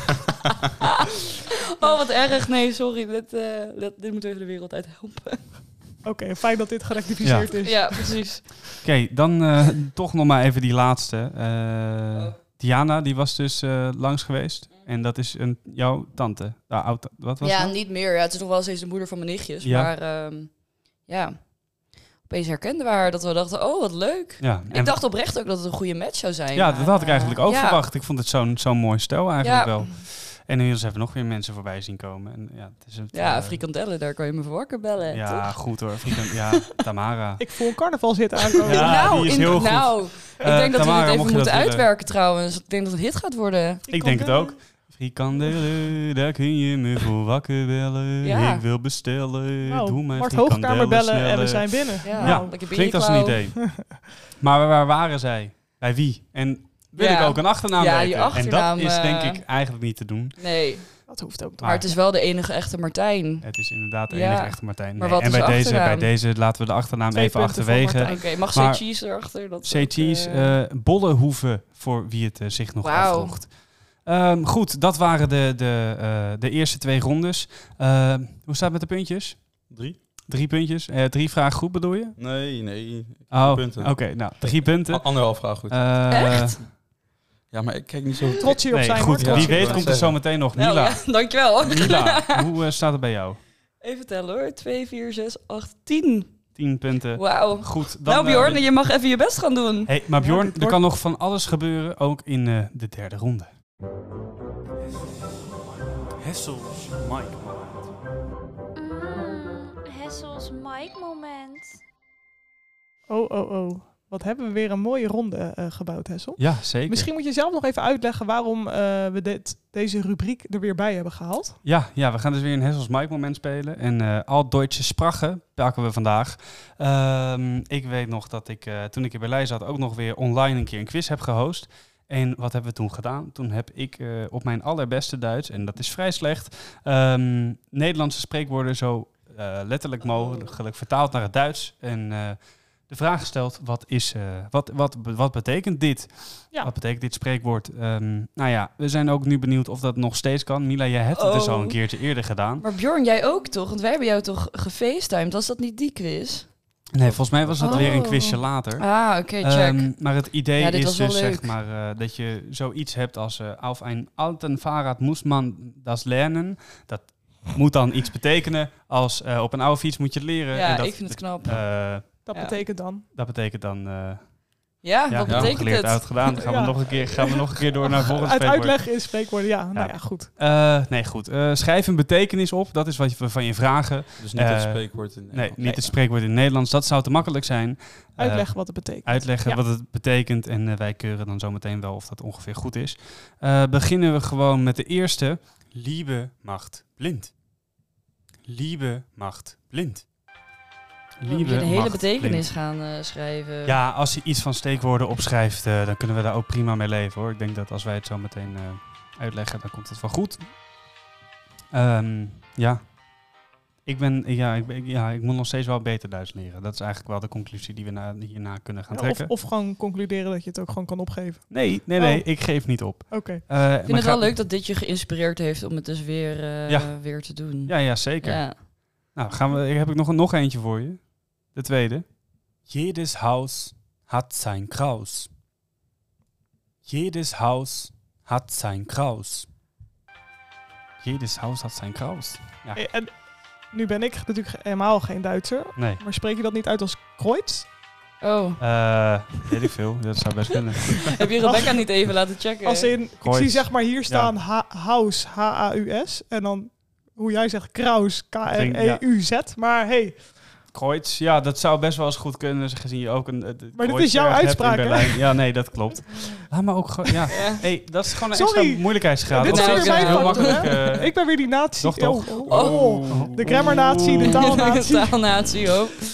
Oh, wat erg. Nee, sorry. Dit moet even de wereld uit helpen. Oké, fijn dat dit gerectificeerd is. Ja, precies. Oké, dan toch nog maar even die laatste. Diana, die was dus langs geweest. En dat is jouw tante. Wat was dat? Niet meer. Ja, het is nog wel steeds de moeder van mijn nichtjes. Ja. Maar opeens herkenden we haar. Dat we dachten, oh, wat leuk. Ja, Ik dacht oprecht ook dat het een goede match zou zijn. Ja, maar, dat had ik eigenlijk ook ja. verwacht. Ik vond het zo'n mooi stel eigenlijk Ja. wel. En inmiddels hebben we nog weer mensen voorbij zien komen. En, frikandellen, daar kan je me voor wakker bellen. Ja, toch? goed hoor. Tamara. Ik voel een carnaval zitten aankomen. Ja, die is heel goed. Ik denk dat Tamara, we dit mocht even je moeten dat willen? uitwerken trouwens. Ik denk dat het hit gaat worden. Ik denk het ook. Frikandellen, daar kun je me voor wakker bellen. Ja. Ik wil bestellen. Nou, Doe mij Mart frikandellen Hoogkamer bellen en we sneller. zijn binnen. Ja, lekker klinkt als een idee. Maar waar waren zij? Bij wie? En wil ik ook een achternaam Ja, weten? die achternaam, en dat is denk ik eigenlijk niet te doen. Nee, Dat hoeft ook niet. maar het is wel de enige echte Martijn. Het is inderdaad de Ja. enige echte Martijn. Maar Nee, wat en is bij de deze, achternaam? bij deze laten we de achternaam 2 even punten voor achterwege. Martijn. Oké, mag Maar- C-Cheese erachter? Dat is C-Cheese, ook, Bollenhoeven, voor wie het zich nog Wauw. afvroeg. Goed, dat waren de eerste 2 rondes. Hoe staat het met de puntjes? 3? 3 puntjes. 3 vragen goed bedoel je? Nee. Oh, punten. Oké, nou 3 punten. 1,5 vraag goed. Echt? Ja, maar ik kijk niet zo... Trots hier op Nee, zijn. goed. Mart. Ja, Wie ik weet wou komt er zeggen. zo meteen nog. Nou, Mila, ja, dankjewel. Mila, hoe staat het bij jou? Even tellen hoor. 2, 4, 6, 8, 10. 10 punten. Wauw. Goed. Dan, Nou Bjorn, je mag even je best gaan doen. Hey, maar Bjorn, dit er wordt- kan nog van alles gebeuren, ook in de derde ronde. Hessels Mike moment. Hessels Mike moment. Oh. Wat hebben we weer een mooie ronde gebouwd, Hessel. Ja, zeker. Misschien moet je zelf nog even uitleggen waarom we deze rubriek er weer bij hebben gehaald. Ja, we gaan dus weer een Hessels Mike moment spelen. En al Deutsche Sprache pakken we vandaag. Ik weet nog dat ik, toen ik in Berlijn zat, ook nog weer online een keer een quiz heb gehost. En wat hebben we toen gedaan? Toen heb ik op mijn allerbeste Duits, en dat is vrij slecht, Nederlandse spreekwoorden zo letterlijk mogelijk vertaald naar het Duits. En de vraag gesteld, wat betekent dit? Ja. Wat betekent dit spreekwoord? We zijn ook nu benieuwd of dat nog steeds kan. Mila, jij hebt het dus al een keertje eerder gedaan. Maar Bjorn, jij ook toch? Want wij hebben jou toch gefacetimed? Was dat niet die quiz? Nee, volgens mij was dat weer een Oh. quizje later. Ah, oké, check. Maar het idee Ja, dit is was wel dus leuk. zeg maar dat je zoiets hebt als auf ein alten Fahrrad muss man das lernen. Dat moet dan iets betekenen als op een oude fiets moet je het leren. Ja, en dat, ik vind het knap. Dat Ja. betekent dan. dat betekent dan Ja, wat betekent geleerd, het? uitgedaan. Dan gaan we nog een keer door naar volgende Uit spreekwoord. uitleggen in spreekwoorden, ja. Nou ja, goed. Nee, goed. Schrijf een betekenis op. Dat is wat we van je vragen. Dus niet het spreekwoord in Nee, niet het spreekwoord in het Nederlands. Dat zou te makkelijk zijn. Uitleggen wat het betekent. Uitleggen Ja. wat het betekent. En wij keuren dan zometeen wel of dat ongeveer goed is. Beginnen we gewoon met de eerste. Liebe macht blind. Liebe macht blind. Moet je de hele macht betekenis blind. gaan schrijven? Ja, als je iets van steekwoorden opschrijft, dan kunnen we daar ook prima mee leven hoor. Ik denk dat als wij het zo meteen uitleggen, dan komt het wel goed. Ik moet nog steeds wel beter Duits leren. Dat is eigenlijk wel de conclusie die we hierna kunnen gaan Ja, trekken. of gewoon concluderen dat je het ook gewoon kan opgeven. Nee, Oh. ik geef niet op. Oké. Ik vind het wel leuk dat dit je geïnspireerd heeft om het dus weer te doen. Ja, zeker. Ja. Nou, heb ik nog eentje voor je. De tweede. Jedes Haus hat sein Kraus. Jedes Haus hat sein Kraus. Jedes Haus hat sein Kraus. Ja. En nu ben ik natuurlijk helemaal geen Duitser. Nee. Maar spreek je dat niet uit als Kreuz? Oh, Weet ik veel. Dat zou best kunnen. heb je Rebecca niet even laten checken? Als in, ik Kreuz. zie zeg maar hier staan Haus, H-A-U-S. En dan, hoe jij zegt, Kraus, K-R-E-U-Z. Maar hey, Kreuz, ja, dat zou best wel eens goed kunnen. Gezien je ook een Maar dit is jouw Kreuzberg hebt uitspraak, in hè? Berlijn. Ja, nee, dat klopt. Laat maar ook gewoon, ja. Ja. Hey, dat is gewoon een Sorry. extra moeilijkheidsgraad. dit is Want weer het mijn heel fout, makkelijk. hè? Ik ben weer die natie. Toch? Oh. De grammarnatie, de taalnatie. De taalnatie ook.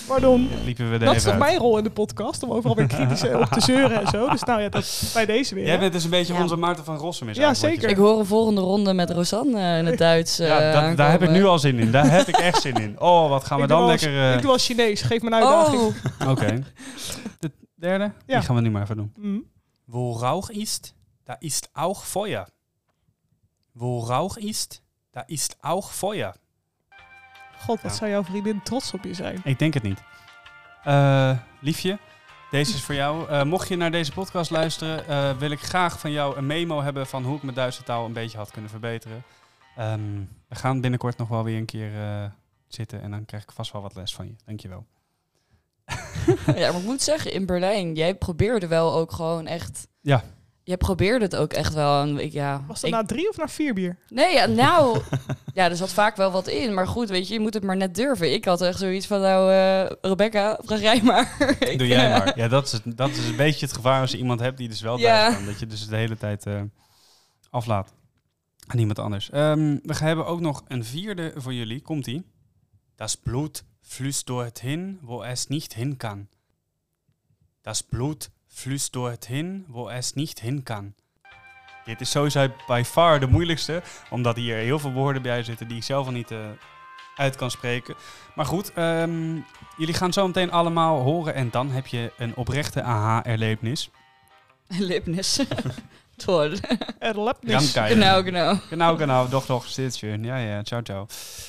Pardon. Liepen we er Dat is even toch uit. mijn rol in de podcast, om overal weer kritisch op te zeuren en zo. Dus nou ja, dat bij deze weer. Jij bent dus een beetje Ja. onze Maarten van Rossum. Is Ja, eigenlijk wat je zeker. Ik hoor een volgende ronde met Rosanne in het Duits. zegt. Ja, daar heb ik nu al zin in. Daar heb ik echt zin in. Oh, wat gaan we Ik doe dan wel lekker... Ik doe als Chinees, geef me een uitdaging. Oh, Oké. De derde? Ja. Die gaan we nu maar even doen. Mm. Wo Rauch ist, da ist auch Feuer. Wo Rauch ist, da ist auch Feuer. God, wat Ja. zou jouw vriendin trots op je zijn. Ik denk het niet. Liefje, deze is voor jou. Mocht je naar deze podcast luisteren, wil ik graag van jou een memo hebben van hoe ik mijn Duitse taal een beetje had kunnen verbeteren. We gaan binnenkort nog wel weer een keer zitten en dan krijg ik vast wel wat les van je. Dankjewel. ja, maar ik moet zeggen, in Berlijn, jij probeerde wel ook gewoon echt... Ja. Jij probeerde het ook echt wel. En Was dat na 3 of na 4 bier? Nee, ja, nou... ja, er zat vaak wel wat in. Maar goed, weet je moet het maar net durven. Ik had echt zoiets van, nou, Rebecca, vraag jij maar. Doe jij maar. Ja, dat is een beetje het gevaar als je iemand hebt die dus wel Ja. Duits kan. Dat je dus de hele tijd aflaat aan iemand anders. We hebben ook nog een vierde voor jullie. Komt-ie. Das Blut fließt dorthin, wo es nicht hin kann. Das Blut fließt dorthin, wo es nicht hin kann. Dit is sowieso by far de moeilijkste, omdat hier heel veel woorden bij zitten die ik zelf al niet uit kan spreken. Maar goed, jullie gaan zo meteen allemaal horen en dan heb je een oprechte aha-erlebnis. Lipnis. Toll. Erlebnis. Genau, doch, steeds schön. Ja, ciao. Ciao.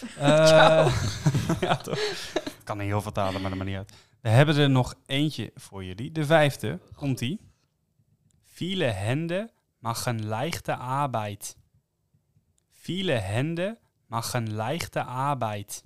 Ja, toch. Ik kan niet heel vertalen, maar dat maakt niet uit. We hebben er nog eentje voor jullie. De 5e, komt-ie. Viele Hände machen leichte Arbeit. Viele Hände machen leichte Arbeit.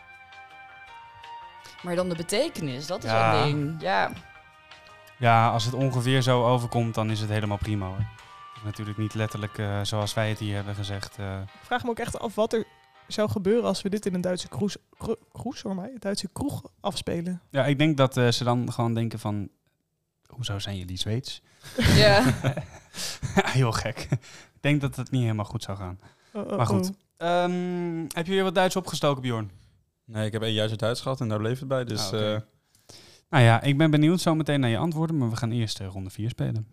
Maar dan de betekenis, dat is Ja. een ding. Ja. Ja, als het ongeveer zo overkomt, dan is het helemaal prima hoor. Het is natuurlijk niet letterlijk zoals wij het hier hebben gezegd. Ik vraag me ook echt af wat er zou gebeuren als we dit in een Duitse Duitse kroeg afspelen. Ja, ik denk dat ze dan gewoon denken van... Hoezo zijn jullie Zweeds? Ja. Ja, heel gek. Ik denk dat het niet helemaal goed zou gaan. Maar goed. Heb je weer wat Duits opgestoken, Bjorn? Nee, ik heb 1 jaar Duits gehad en daar bleef het bij. Dus Oké. Nou ja, ik ben benieuwd zo meteen naar je antwoorden. Maar we gaan eerst ronde 4 spelen.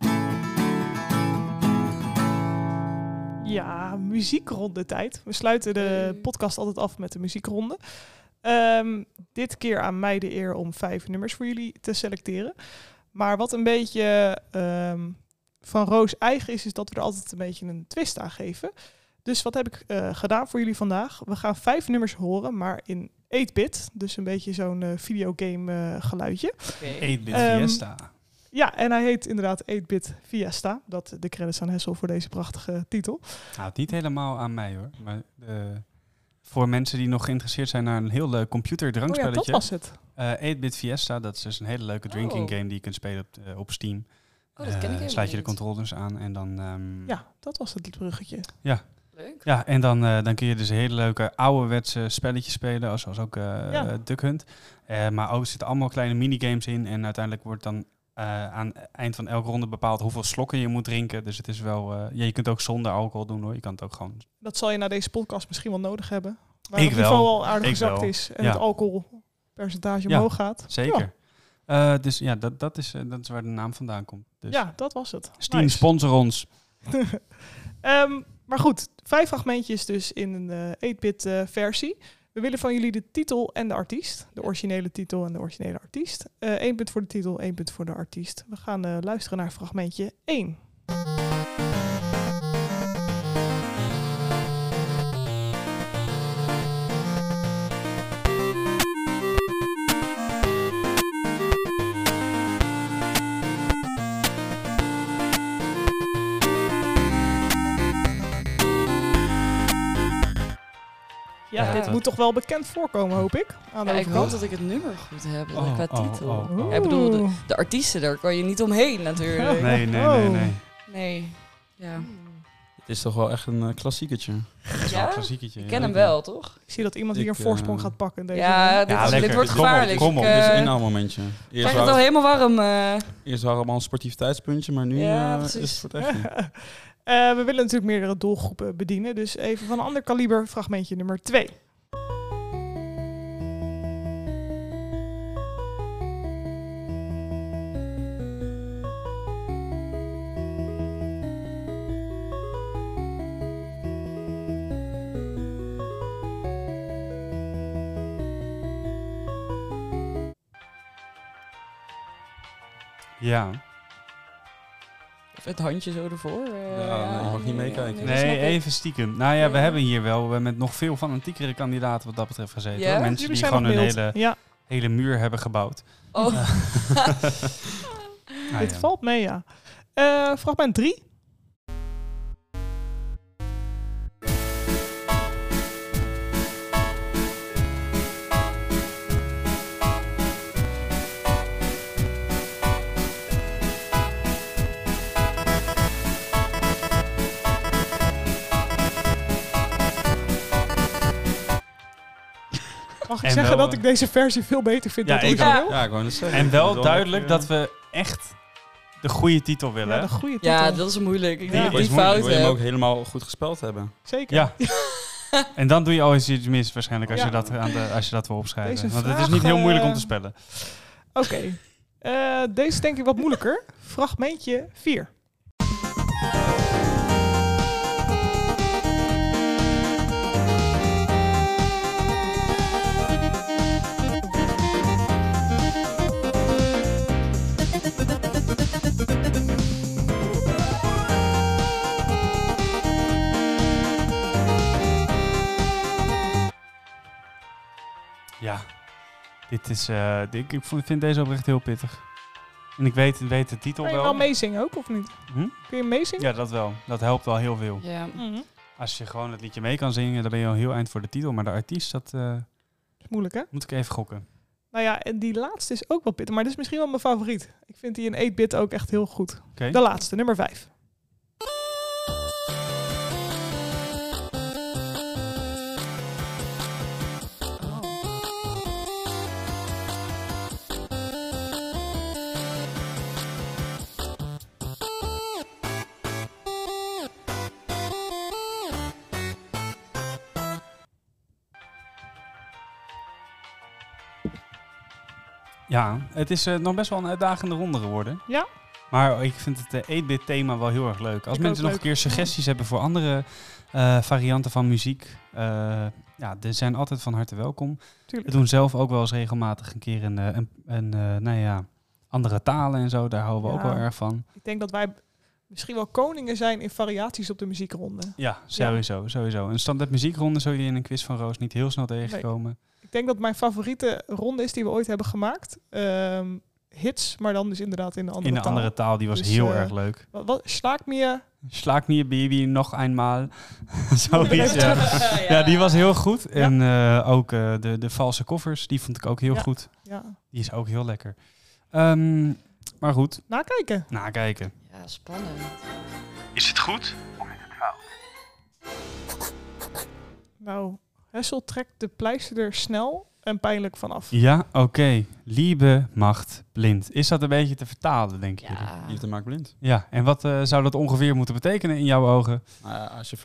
Ja, muziekronde tijd. We sluiten de podcast altijd af met de muziekronde. Dit keer aan mij de eer om 5 nummers voor jullie te selecteren. Maar wat een beetje van Roos eigen is dat we er altijd een beetje een twist aan geven. Dus wat heb ik gedaan voor jullie vandaag? We gaan 5 nummers horen, maar in 8-bit. Dus een beetje zo'n videogame geluidje. 8-bit Fiesta. Ja, en hij heet inderdaad 8-bit Fiesta. Dat de credits aan Hessel voor deze prachtige titel. Nou, niet helemaal aan mij hoor. Maar voor mensen die nog geïnteresseerd zijn naar een heel leuk Oh ja, computerdrankspelletje. dat was het. 8-bit Fiesta, dat is dus een hele leuke drinking game die je kunt spelen op Steam. Oh, dat ken ik helemaal Sluit je de niet. controllers aan en dan... Ja, dat was het bruggetje. Leuk. Ja, en dan kun je dus hele leuke ouderwetse spelletjes spelen, zoals ook Duck Hunt. Maar ook er zitten allemaal kleine minigames in en uiteindelijk wordt dan aan het eind van elke ronde bepaald hoeveel slokken je moet drinken. Dus het is wel... je kunt ook zonder alcohol doen hoor. Je kan het ook gewoon... Dat zal je na deze podcast misschien wel nodig hebben. Waar Ik het wel. niveau al aardig Ik gezakt wel. is en Ja. het alcoholpercentage Ja, omhoog gaat. Zeker. Dus ja, dat is waar de naam vandaan komt. Dus Ja, dat was het. Steam, Nice. sponsor ons. Maar goed, 5 fragmentjes dus in een 8-bit versie. We willen van jullie de titel en de artiest. De originele titel en de originele artiest. 1 punt voor de titel, 1 punt voor de artiest. We gaan luisteren naar fragmentje 1. Ja, Ja. dit moet toch wel bekend voorkomen, hoop ik. Aan de Ja, ik hoop overkant. dat ik het nummer goed heb qua Oh, titel. oh. Ja, ik bedoel, Oeh. de artiesten, daar kan je niet omheen natuurlijk. Nee. Nee. Ja. het is toch wel echt een klassiekertje. Dat is wel Ja? een klassieketje. Ik ja. ken hem wel, toch? Ik zie dat iemand hier een Ik, voorsprong gaat pakken. in Deze Ja, Ja, dit lekker. wordt Kom op, gevaarlijk. kom op. Ik, Dit is een inhaalmomentje. krijg het al helemaal warm. Eerst waren allemaal een sportiviteitspuntje, maar nu Ja, is precies. het voor het echt niet. We willen natuurlijk meerdere doelgroepen bedienen. Dus even van een ander kaliber, fragmentje nummer 2. Ja. Of het handje zo ervoor. Ja, je mag niet meekijken. dat snap Nee, ik. even stiekem. Nou ja, we Ja. hebben hier wel met nog veel fanatiekere kandidaten wat dat betreft gezeten. Ja? Hoor. Mensen Jullie die zijn gewoon nog een mild. hele, Ja, hele muur hebben gebouwd. Oh. Nou dit ja. valt mee, ja. Fragment 3. Mag ik En zeggen wel, dat ik deze versie veel beter vind Ja, dan ik het origineel? Ja, ik wou net zeggen. En Ik wel bedoel, duidelijk dat we echt de goede titel willen. Ja, hè? de goede titel. Ja, dat is moeilijk. Ik denk Ja. dat is die moeilijk. fout Wil je hem ook heb. helemaal goed gespeld hebben? Zeker. Ja. En dan doe je al eens iets mis waarschijnlijk als, Ja. als je dat wil opschrijven. Deze Want het is vraag, niet heel moeilijk om te spellen. Oké. Deze is denk ik wat moeilijker. Fragmentje 4. Ja. Dit is, vind deze oprecht heel pittig. En ik weet de titel Kun je wel. wel meezingen ook, of niet? Hm? Kun je meezingen? Ja, dat wel. Dat helpt wel heel veel. Ja. Mhm. Als je gewoon het liedje mee kan zingen, dan ben je al heel eind voor de titel. Maar de artiest, dat Is moeilijk, hè? moet ik even gokken. Nou ja, en die laatste is ook wel pittig. Maar dit is misschien wel mijn favoriet. Ik vind die in 8-bit ook echt heel goed. Oké. De laatste, nummer 5. Ja, het is nog best wel een uitdagende ronde geworden. Ja. Maar ik vind het 8-bit thema wel heel erg leuk. Als Ik mensen ook nog een leuk. keer suggesties hebben voor andere varianten van muziek, ja, die zijn altijd van harte welkom. We Tuurlijk. doen zelf ook wel eens regelmatig een keer nou ja, andere talen en zo. Daar houden we ook Ja. wel erg van. Ik denk dat wij misschien wel koningen zijn in variaties op de muziekronde. Ja, sowieso. Een standaard muziekronde zul je in een quiz van Roos niet heel snel tegenkomen. Ik denk dat mijn favoriete ronde is die we ooit hebben gemaakt. Hits, maar dan dus inderdaad in de andere In een taal. andere taal, die was Dus, heel erg leuk. Wat Slaak me. Slaak me baby nog eenmaal. Zoiets, ja. Ja, die was heel goed. Ja. En ook de valse koffers, die vond ik ook heel Ja. goed. Ja, Die is ook heel lekker. Maar goed, nakijken. nakijken. Ja, spannend. Is het goed? Nou, Hessel trekt de pleister er snel en pijnlijk vanaf. Ja, oké. Liebe macht blind. Is dat een beetje te vertalen, denk je? Ja. Liefde maakt blind. Ja, en wat zou dat ongeveer moeten betekenen in jouw ogen? Nou ja, als je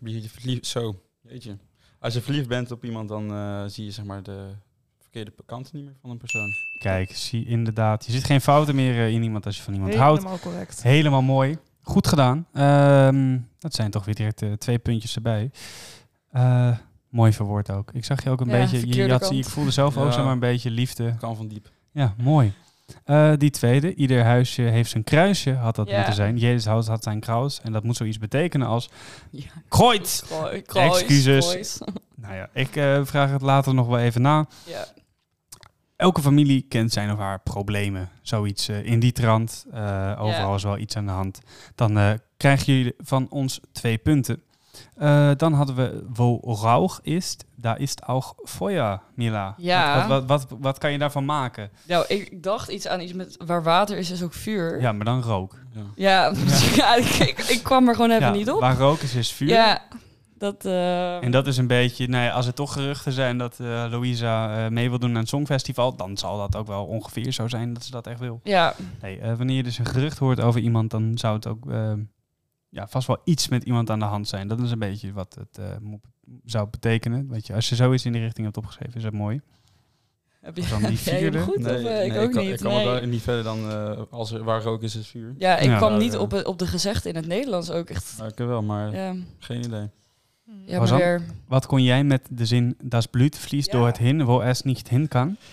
Als je verliefd bent op iemand, dan zie je zeg maar de verkeerde kant niet meer van een persoon. Kijk, zie inderdaad. Je ziet geen fouten meer in iemand als je van iemand houdt. Helemaal correct. Helemaal mooi. Goed gedaan. Dat zijn toch weer direct 2 puntjes erbij. Mooi verwoord ook. Ik zag je ook een Ja, beetje... verkeerde kant. Ik voelde zelf ook Ja. zomaar een beetje liefde. Kan van diep. Ja, mooi. Die tweede. Ieder huisje heeft zijn kruisje, had dat Ja. moeten zijn. Jedes huis had zijn kruis. En dat moet zoiets betekenen als... Ja. Kreuz! Excuses. Nou ja, ik vraag het later nog wel even na. Ja. Elke familie kent zijn of haar problemen. Zoiets in die trant. Overal is wel iets aan de hand. Dan krijg je van ons 2 punten. Dan hadden we wo Rauch ist, da ist auch Feuer, Mila. Ja. Wat kan je daarvan maken? Nou, ik dacht iets aan iets met waar water is ook vuur. Ja, maar dan rook. Ja. Ja, ja ik kwam er gewoon even Ja, niet op. waar rook is vuur. Ja, dat... En dat is een beetje, nou ja, als er toch geruchten zijn dat Louisa mee wil doen aan het Songfestival, dan zal dat ook wel ongeveer zo zijn dat ze dat echt wil. ja, Nee, wanneer je dus een gerucht hoort over iemand, dan zou het ook vast wel iets met iemand aan de hand zijn. Dat is een beetje wat het zou betekenen. Weet je, als je zoiets in die richting hebt opgeschreven, is dat mooi. heb je, Dan die heb jij hem vierde? goed? Of, ik ook niet. Ik kan Nee. wel niet verder dan als er waar rook is vuur. Ja, ik Ja. kwam Ja, niet ja. op de gezegde in het Nederlands ook echt. Nou, ik wel, maar Ja, geen idee. ja Was maar dan? weer. Wat kon jij met de zin, das Blut fließt Ja. door het hin, wo es niet hin kan?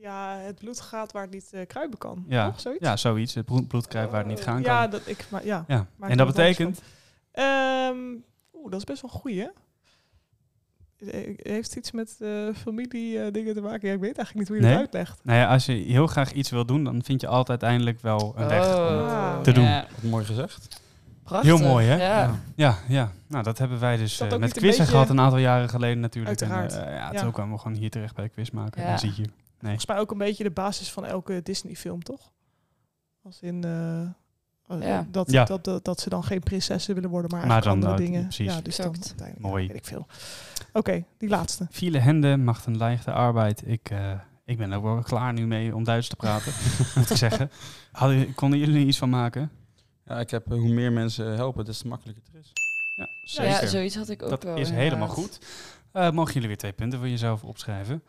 Ja, het bloed gaat waar het niet kruipen kan. Ja. Toch? Zoiets? Ja, zoiets. Het bloedkruip waar het niet gaan kan. Ja, Ja. maak En er dat wat anders betekent... van. Dat is best wel een goeie, hè? Heeft het iets met familie dingen te maken? Ja, ik weet eigenlijk niet hoe je dat uitlegt. Nou ja, als je heel graag iets wil doen, dan vind je altijd uiteindelijk wel een weg om te doen. Ja. Wat mooi gezegd. Prachtig. Heel mooi, hè? Ja. Ja. Nou, dat hebben wij dus Dat ook met niet een quizzen beetje- gehad een aantal jaren geleden natuurlijk. Uiteraard. En, Ja. toen kwamen we gewoon hier terecht bij de quizmaker. Ja. En zie je. Volgens mij ook een beetje de basis van elke Disney-film, toch? Als in Ja. dat ze dan geen prinsessen willen worden, maar Maar eigenlijk dan andere dat, dingen. precies. Ja, dus dan Exact. uiteindelijk, Mooi. weet ik veel. Oké, die laatste. Viele henden macht een leichte arbeid. Ik ben er wel klaar nu mee om Duits te praten, moet ik zeggen. Konden jullie er iets van maken? Ja, ik heb hoe meer mensen helpen, des te makkelijker het is. Ja, Ja, zeker. zoiets had ik ook Dat wel. is inderdaad. helemaal goed. Mogen jullie weer 2 punten voor jezelf opschrijven.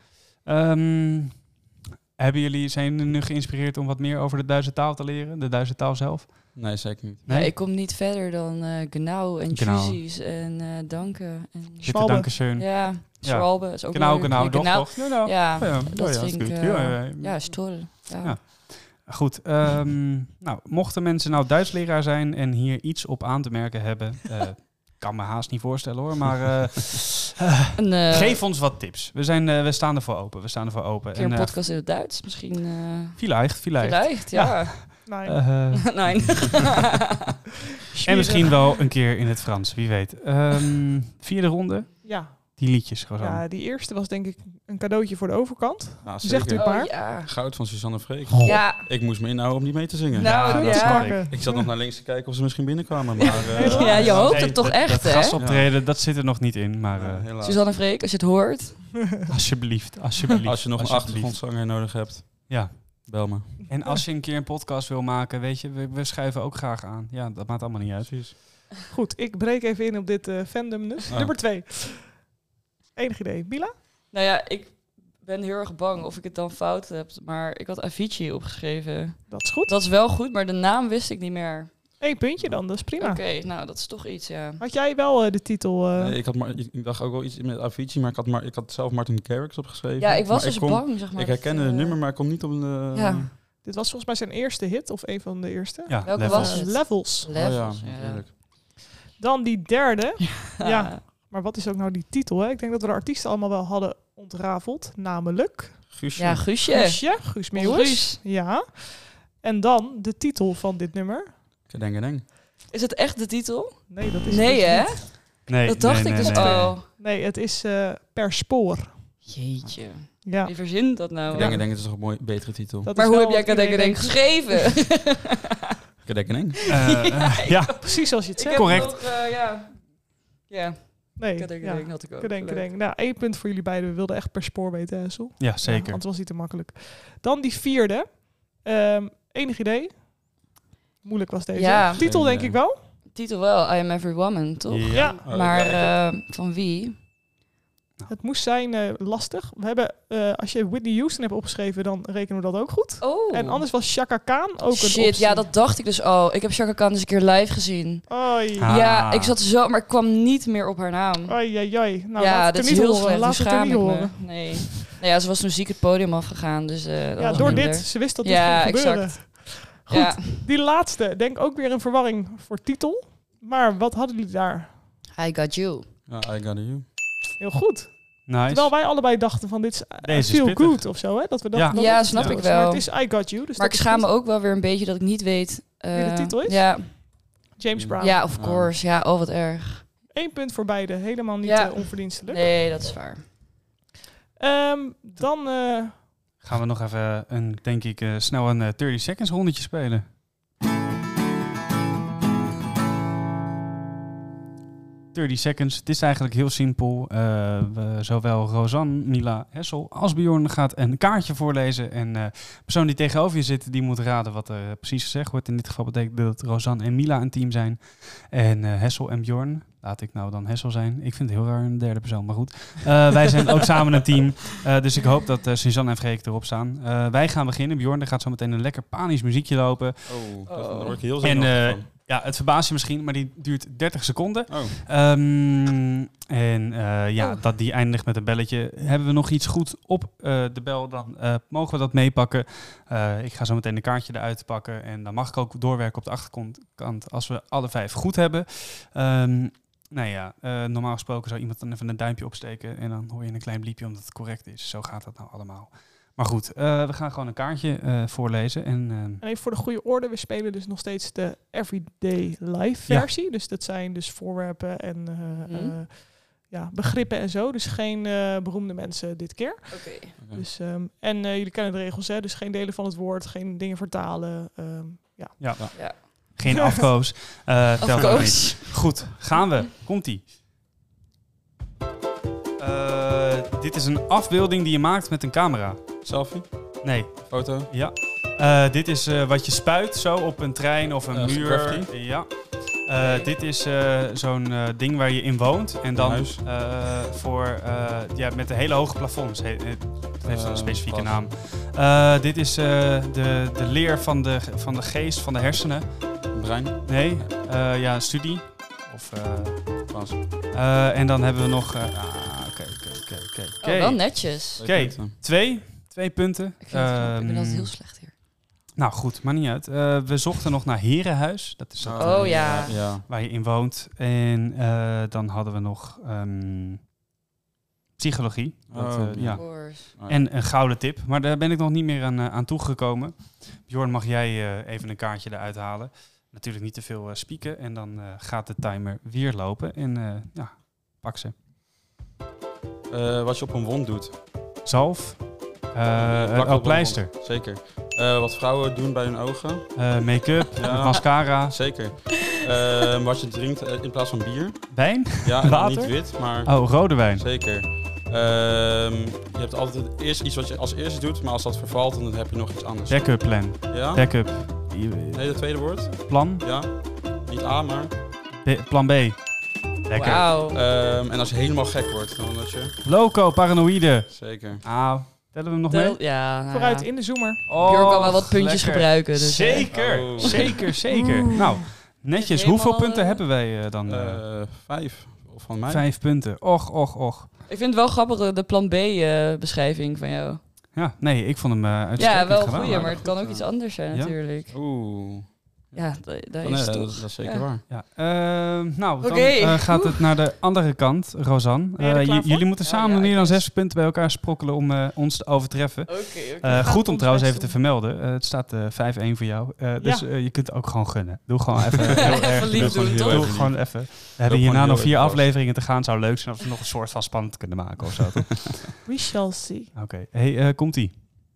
Zijn jullie nu geïnspireerd om wat meer over de Duitse taal te leren? De Duitse taal zelf? Nee, zeker niet. Ja, ik kom niet verder dan genau en Genau. tschüssis en danken. En Bitte, dankeschön. ja, schwalbe is ook Genau, leuk. genau, Ja, doch. Nou, Ja, ja, dat ja, vind is ik... goed. ja, stoel. Ja. Ja. Goed, nou, mochten mensen nou Duitsleraar zijn en hier iets op aan te merken hebben... kan me haast niet voorstellen hoor, maar geef ons wat tips. We staan ervoor open. Een keer een podcast in het Duits, misschien... Vielleicht. ja. Nee. Nee. En misschien wel een keer in het Frans, wie weet. 4e ronde, Ja. die liedjes gewoon. Ja, die eerste was denk ik een cadeautje voor de overkant. Nou, Zegt u zeker. het maar. ja. Goud van Suzanne Freek. Ja. Ik moest me inhouden om niet mee te zingen. Nou, dat ja. snap ik. Pakken. Ik zat nog naar links te kijken of ze misschien binnenkwamen, maar Ja, je hoopt Nee, het toch dat- echt, dat hè? gastoptreden, dat zit er nog niet in, maar helaas. Suzanne Freek, als je het hoort. alsjeblieft. Als je nog een Alsjeblieft. achtergrondzanger nodig hebt, Ja. bel me. En als je een keer een podcast wil maken, weet je, we schuiven ook graag aan. Ja, dat maakt allemaal niet uit. Goed, ik breek even in op dit fandom dus. Oh. Nummer 2. Enig idee. Mila? Nou ja, ik ben heel erg bang of ik het dan fout heb. Maar ik had Avicii opgeschreven. Dat is goed. Dat is wel goed, maar de naam wist ik niet meer. 1 puntje dan, dat is prima. Oké, nou dat is toch iets, ja. Had jij wel de titel? Nee, ik dacht ook wel iets met Avicii, maar ik had zelf Martin Garrix opgeschreven. Ja, ik was Maar dus kon- bang, zeg maar. Ik herkende dat, het nummer, maar ik kom niet op een... Ja. Dit was volgens mij zijn eerste hit, of een van de eerste. Ja, Welke Levels. was het? Levels. Levels, Oh, ja, ja. natuurlijk. Dan die derde. Ja. Ja. Maar wat is ook nou die titel? Hè? Ik denk dat we de artiesten allemaal wel hadden ontrafeld. Namelijk Guusje. Ja, Guusje. Guus Ons Meeuwis. Guus. Ja. En dan de titel van dit nummer. Kedeng. Is het echt de titel? Nee, dat is Nee, het hè? niet. Nee, Dat dacht ik dus nee. al. Nee, het is Per Spoor. Jeetje. Ja. Wie verzint dat nou? Kedeng, het is toch een mooi betere titel. Dat Maar is hoe wel heb jij wat iedereen Kadek denkt. geschreven? Kedeng. Ja, Precies zoals je het Ik zegt. heb Correct. nog, ja. Ja, Nee, Kadek ja. had ik ook. Kedenk, Leuk. kedenk. Nou, 1 punt voor jullie beiden. We wilden echt Per Spoor weten, hè, Soel? ja, Ja, zeker. anders was die te makkelijk. Dan die vierde. Enig idee? Moeilijk was deze. Ja. Titel Geen denk idee. ik wel. Titel wel, I Am Every Woman, toch? Ja. Oh, Maar ja, van wie? Het moest zijn lastig. We hebben, als je Whitney Houston hebt opgeschreven, dan rekenen we dat ook goed. Oh. En anders was Chaka Khan ook een Shit, optie. ja, dat dacht ik dus al. Ik heb Chaka Khan eens een keer live gezien. Oei. Ah. Ja, ik zat zo, maar ik kwam niet meer op haar naam. Oei, oei, oei. Nou, ja, laat dat het is er niet heel horen. slecht. Laat Dus het er schaam niet ik horen. me. Nee. Nou ja, ze was toen ziek het podium afgegaan, dus dat Ja, was door minder. dit. Ze wist dat dit Ja, ging gebeuren. exact. Goed, Ja. die laatste. Denk ook weer een verwarring voor titel. Maar wat hadden jullie daar? I Got You. Ja, I Got You. Heel goed. Nice. Terwijl wij allebei dachten van dit is Deze is feel pittig. good of zo. Hè? Dat we dachten Ja. dat Ja, het snap titel ik is. Maar wel. het is I Got You. Dus Maar dat ik is schaam me goed. ook wel weer een beetje dat ik niet weet... Wie de titel is? Ja, James Brown. ja, of course. Ja, oh wat erg. 1 punt voor beide. Helemaal niet Ja. onverdienstelijk. Nee, dat is waar. Dan Gaan we nog even snel een 30 seconds rondetje spelen. Seconds. Het is eigenlijk heel simpel. Zowel Rosanne, Mila, Hessel als Bjorn gaat een kaartje voorlezen. En de persoon die tegenover je zit, die moet raden wat er precies gezegd wordt. In dit geval betekent dat Rosanne en Mila een team zijn. En Hessel en Bjorn, laat ik nou dan Hessel zijn. Ik vind het heel raar een derde persoon, maar goed. Wij zijn ook samen een team. Dus ik hoop dat Suzanne en Freek erop staan. Wij gaan beginnen. Bjorn, er gaat zo meteen een lekker panisch muziekje lopen. Oh, daar Oh. word ik heel En zenuwachtig van. Ja, het verbaast je misschien, maar die duurt 30 seconden. Oh. Die eindigt met een belletje. Hebben we nog iets goed op de bel, dan mogen we dat meepakken. Ik ga zo meteen een kaartje eruit pakken. En dan mag ik ook doorwerken op de achterkant als we alle 5 goed hebben. Normaal gesproken zou iemand dan even een duimpje opsteken. En dan hoor je een klein bliepje omdat het correct is. Zo gaat dat nou allemaal. Maar goed, we gaan gewoon een kaartje voorlezen. En even voor de goede orde, we spelen dus nog steeds de Everyday Live versie. Ja. Dus dat zijn dus voorwerpen en begrippen en zo. Dus geen beroemde mensen dit keer. Oké. Dus, jullie kennen de regels, hè? Dus geen delen van het woord, geen dingen vertalen. Ja. Geen afkoos. Telt ook niet. Goed, gaan we. Komt-ie. Dit is een afbeelding die je maakt met een camera. Selfie? Nee. Foto? Ja. Dit is wat je spuit zo op een trein of een muur. Graffiti? Ja. Dit is zo'n ding waar je in woont. En dan met de hele hoge plafonds. Het heeft een specifieke naam. Dit is de leer van de geest, van de hersenen. Brein? Nee. Studie. Of... Pas. En dan hebben we nog... Oké. Wel netjes. Oké, 2 punten. Ik ben altijd heel slecht hier. Nou goed, maar niet uit. We zochten nog naar Herenhuis. Dat is dat waar je in woont. En dan hadden we nog psychologie. En een gouden tip. Maar daar ben ik nog niet meer aan toegekomen. Bjorn, mag jij even een kaartje eruit halen? Natuurlijk niet te veel spieken. En dan gaat de timer weer lopen. En pak ze. Wat je op een wond doet. Zalf. Pleister. Zeker. Wat vrouwen doen bij hun ogen. Make-up, mascara. Zeker. Wat je drinkt in plaats van bier. Wijn? Ja, water? Niet wit, maar... Oh, rode wijn. Zeker. Je hebt altijd eerst iets wat je als eerste doet, maar als dat vervalt, dan heb je nog iets anders. Backup plan. Ja? Backup. Nee, het tweede woord. Plan? Ja. Niet A, maar... Plan B. Lekker. Wauw. En als je helemaal gek wordt, dan dat je... Loco, paranoïde. Zeker. Tellen we hem nog mee? Ja. Vooruit in de zoomer. Björn kan wel wat puntjes gebruiken. Dus, zeker. Zeker. Nou, netjes. Hoeveel punten hebben wij dan? 5. Of van mij. 5 punten. Och. Ik vind het wel grappig, de plan B beschrijving van jou. Ja, nee, ik vond hem uitstekend Ja, wel gedaan. goed, maar het kan ook iets anders zijn natuurlijk. Oeh. Ja, dat is toch... Dat is zeker waar. Ja. Dan gaat het naar de andere kant, Rosanne. Jullie moeten samen meer dan 6 punten bij elkaar sprokkelen om ons te overtreffen. Oké. Goed om trouwens even te vermelden. Het staat 5-1 voor jou. Dus je kunt het ook gewoon gunnen. Doe gewoon even heel erg. Lief doen, toch? Doe gewoon even. We hebben hierna nog 4 afleveringen te gaan. Zou leuk zijn als we nog een soort van spannend kunnen maken of zo. We shall see. Oké. Hey, komt-ie.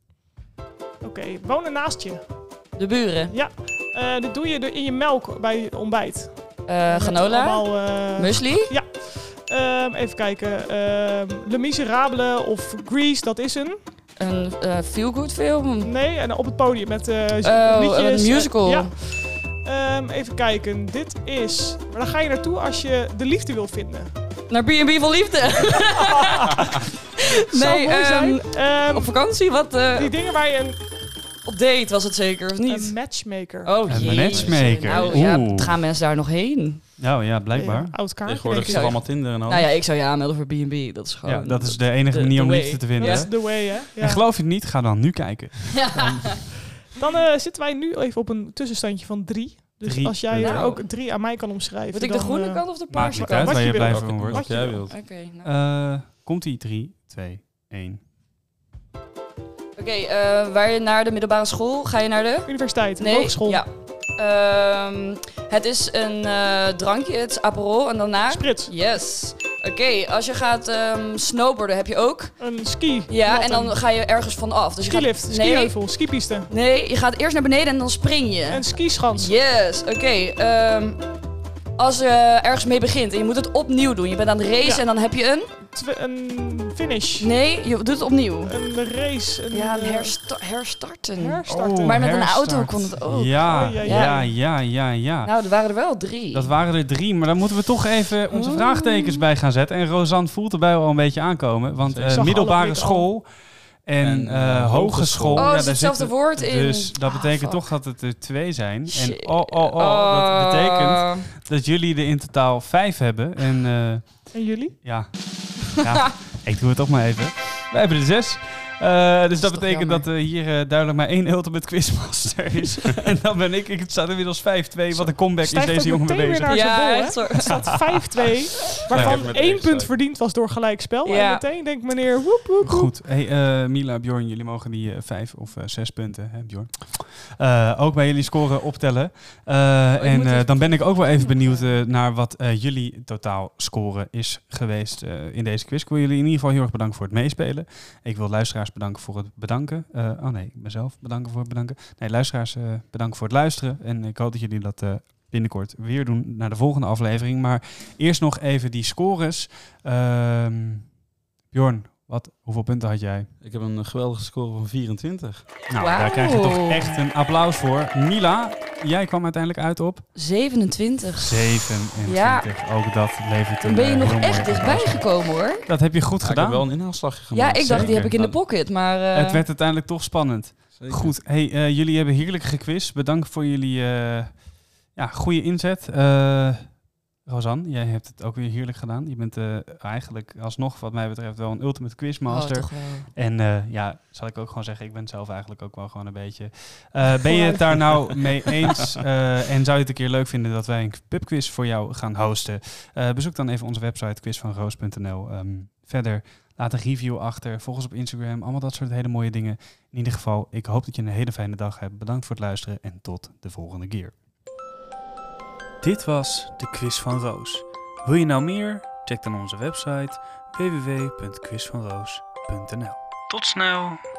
Oké, wonen naast je. De buren. Ja. Dit doe je in je melk bij het ontbijt. Granola? Muesli? Ja. Even kijken. Le Miserable of Grease, dat is een feel-good film? Nee, en op het podium met liedjes. Een musical. Ja. Even kijken. Dit is... Waar ga je naartoe als je de liefde wil vinden? Naar B&B voor Liefde. Nee, op vakantie? Wat? Die dingen waar je op date was het zeker, of niet? Een matchmaker. Oh, een matchmaker. Nou, gaan mensen daar nog heen? Nou ja, blijkbaar. Oud kaartje. Tegenwoordig is het allemaal Tinder en alles. Nou ja, ik zou je aanmelden voor B&B. Dat is gewoon... Ja, dat is de enige manier om liefde te vinden. Dat is the way, hè? Ja. En geloof je het niet, ga dan nu kijken. Dan zitten wij nu even op een tussenstandje van 3. Dus 3. Als jij er ook 3 aan mij kan omschrijven. Moet ik de groene kant of de paarse kant? Maakt niet uit waar je blij van wordt. Wat jij wilt. Oké. Komt-ie 3, 2, 1. Oké, waar je naar de middelbare school? Ga je naar de... Universiteit, hogeschool. Ja. Het is een drankje, het is Aperol en daarna... Spritz. Yes. Oké, als je gaat snowboarden heb je ook... Een ski. Ja, en dan ga je ergens vanaf. Dus skilift, skiheuvel, skipiste. Nee, je gaat eerst naar beneden en dan spring je. Een skischans. Yes, oké. Als je ergens mee begint en je moet het opnieuw doen. Je bent aan het racen en dan heb je een finish. Nee, je doet het opnieuw. Een race. Een herstarten. Herstarten. Maar met een auto kon het ook. Ja. Nou, er waren er wel 3. Dat waren er 3, maar daar moeten we toch even onze vraagtekens bij gaan zetten. En Rosanne voelt erbij al een beetje aankomen. Want middelbare school En hogeschool. Oh, ja, er daar zit hetzelfde zitten- woord in. Dus dat betekent fuck. toch dat het er 2 zijn. Shit. En dat betekent dat jullie er in totaal 5 hebben. En En jullie? ja, ik doe het toch maar even. Wij hebben er 6. Dus dat toch betekent jammer. dat hier duidelijk maar 1 Ultimate Quizmaster is. En dan ben ik. Het staat inmiddels 5-2. Wat een comeback is Stijgt deze ook jongen mee meteen weer bezig. naar zijn Ja, bol, hè? echt zo. Het staat 5-2, Ja, waarvan met 1 extra. punt verdiend was door gelijkspel. Ja. En meteen denkt meneer, woep, woep, woep. Goed. Hey, Mila, Bjorn, jullie mogen die 5 of 6 punten, hè, Bjorn? Ook bij jullie scoren optellen. Dan ben ik ook wel even benieuwd naar wat jullie totaal scoren is geweest in deze quiz. Ik wil jullie in ieder geval heel erg bedanken voor het meespelen. Ik wil luisteraars bedanken voor het bedanken. Mezelf bedanken voor het bedanken. Nee, luisteraars bedanken voor het luisteren. En ik hoop dat jullie dat binnenkort weer doen naar de volgende aflevering. Maar eerst nog even die scores. Bjorn, hoeveel punten had jij? Ik heb een geweldige score van 24. Nou, Wauw. daar krijg je toch echt een applaus voor. Mila, jij kwam uiteindelijk uit op 27. 27. Ja. Ook dat levert Dan een ben je nog heel mooi echt dichtbij applaus. gekomen hoor. Dat heb je goed Ja, ik gedaan. heb wel een inhaalslagje gemaakt. Ja, ik dacht die heb ik in de Zeker. pocket, maar... Het werd uiteindelijk toch spannend. Zeker. Goed, hey, jullie hebben heerlijk gequizt. Bedankt voor jullie goede inzet. Rosanne, jij hebt het ook weer heerlijk gedaan. Je bent eigenlijk alsnog, wat mij betreft, wel een ultimate quizmaster. toch wel. En zal ik ook gewoon zeggen, ik ben het zelf eigenlijk ook wel gewoon een beetje. Ben je het daar nou mee eens? En zou je het een keer leuk vinden dat wij een pubquiz voor jou gaan hosten? Bezoek dan even onze website quizvanroos.nl. Verder, laat een review achter. Volg ons op Instagram. Allemaal dat soort hele mooie dingen. In ieder geval, ik hoop dat je een hele fijne dag hebt. Bedankt voor het luisteren en tot de volgende keer. Dit was de Quiz van Roos. Wil je nou meer? Check dan onze website www.quizvanroos.nl. Tot snel!